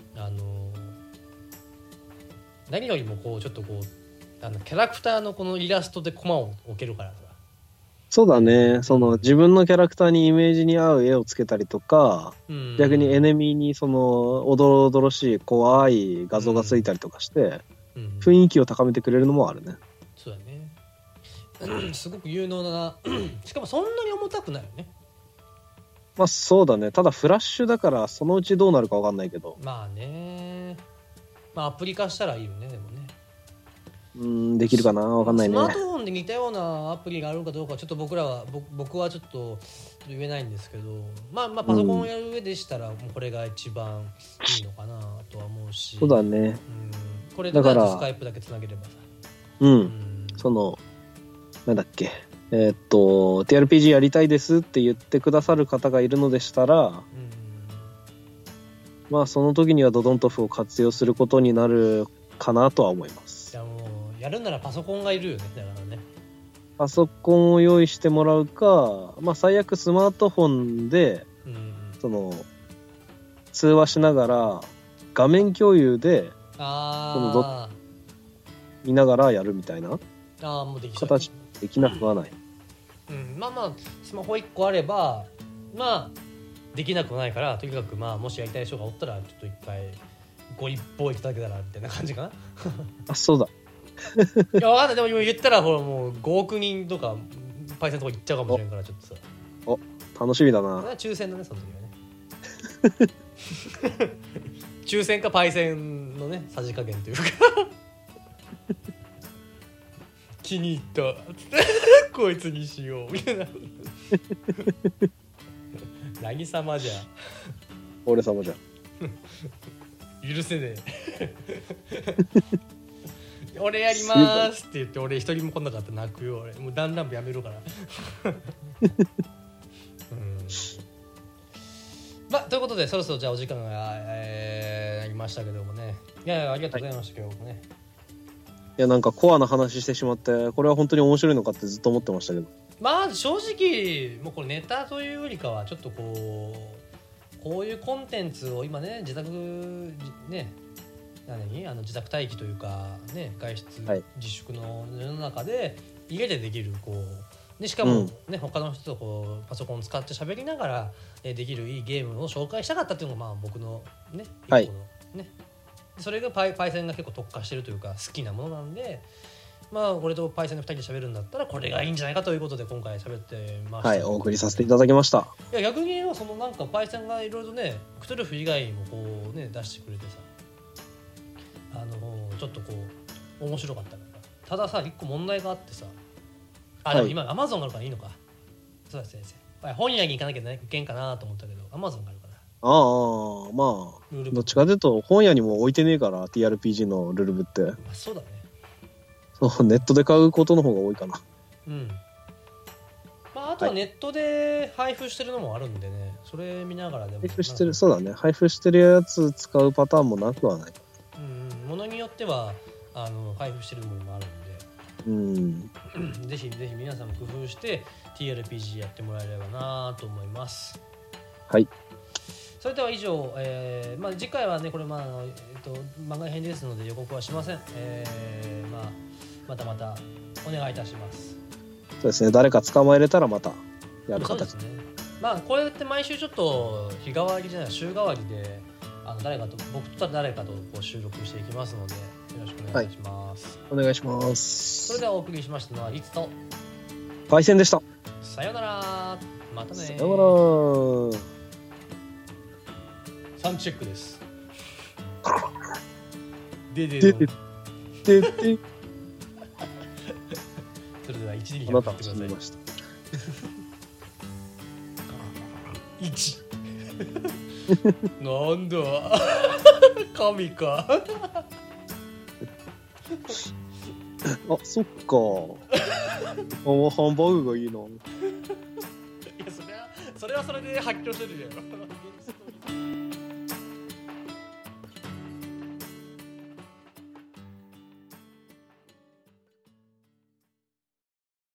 何よりもこうちょっとこうキャラクターのこのイラストでコマを置けるからさ。 そうだね、その自分のキャラクターにイメージに合う絵をつけたりとか、逆にエネミーにそのおどろおどろしい怖い画像がついたりとかして、雰囲気を高めてくれるのもあるね。 そうだねすごく有能なしかもそんなに重たくないよね。 そうだね、ただフラッシュだからそのうちどうなるか分かんないけど、 アプリ化したらいいよね。でもね、 できるかな、分かんないね。 スマートフォンで似たようなアプリがあるかどうかちょっと僕はちょっと言えないんですけど、パソコンをやる上でしたらもうこれが一番いいのかなとは思うし。 そうだね、 これでスカイプだけつなげればさ、 そのなんだっけ、TRPG やりたいですって言ってくださる方がいるのでしたら、その時にはドドントフを活用することになるかなとは思います。 じゃあもうやるならパソコンがいるよね。だからね、 パソコンを用意してもらうか、最悪スマートフォンで、その通話しながら画面共有で見ながらやるみたいなもうでき形できなくはない。 スマホ1個あればできなくはないから、とにかくもしやりたい人がおったらちょっと一回ご一報いただけたらみたいな感じかなそうだいや分かんない。でも言ったらほらもう5億人とかパイセンとか行っちゃうかもしれんから、ちょっとさ楽しみだな。 抽選だね、その時はね抽選かパイセンのねさじ加減というか気に入ったこいつにしようみたいな何様じゃ俺様じゃ許せねえ俺やりますって言って俺一人も来なかったら泣くよ。俺もうだんだんやめろからということでそろそろじゃあお時間が、なりましたけどもね。いやありがとうございました、今日もね。 いやなんかコアな話してしまって、これは本当に面白いのかってずっと思ってましたけど、 正直もうこれネタというよりかはちょっとこういうコンテンツを今ね自宅ね自宅待機というかね、外出自粛の世の中で家でできるでしかも他の人とパソコン使って喋りながらできるいいゲームを紹介したかったっていうのが僕のね一個のね、それがパイセンが結構特化してるというか好きなものなんで、俺とパイセンの2人で喋るんだったらこれがいいんじゃないかということで今回喋ってました。 お送りさせていただきました。 いや逆に言えばなんかパイセンがいろいろねクトゥルフ以外も出してくれてさ、ちょっと面白かったから。たださ一個問題があってさ、でも今 Amazon があるからいいのか。そうです先生、本屋に行かなきゃいけんかなと思ったけど Amazon があるから。 どっちかというと本屋にも置いてねえから TRPG のルールブって、 そうだね。 ネットで買うことの方が多いかな。 あとはネットで配布してるのもあるんでね、それ見ながらでも配布してる、そうだね、配布してるやつ使うパターンもなくはない。 ものによっては配布してるものもあるんで、ぜひぜひ皆さんも工夫して TRPG やってもらえればなと思います。それでは以上、次回はねこれ番外編ですので予告はしません。またお願いいたします。 そうですね、誰か捕まえれたらまたやる形。 そうですね。これって毎週ちょっと日替わりじゃない週替わりで僕と誰かと収録していきますのでよろしくお願いします。 お願いします。 それではお送りしましたのはリツとパイセンでした。 さようなら。またね。 さようなら。 サンチェックです。 でででででそれでは1、2、 あなたは死にました。 1なんだ神かあ、そっか。ハンバーグがいいな。 いやそれはそれで発狂してるじゃん。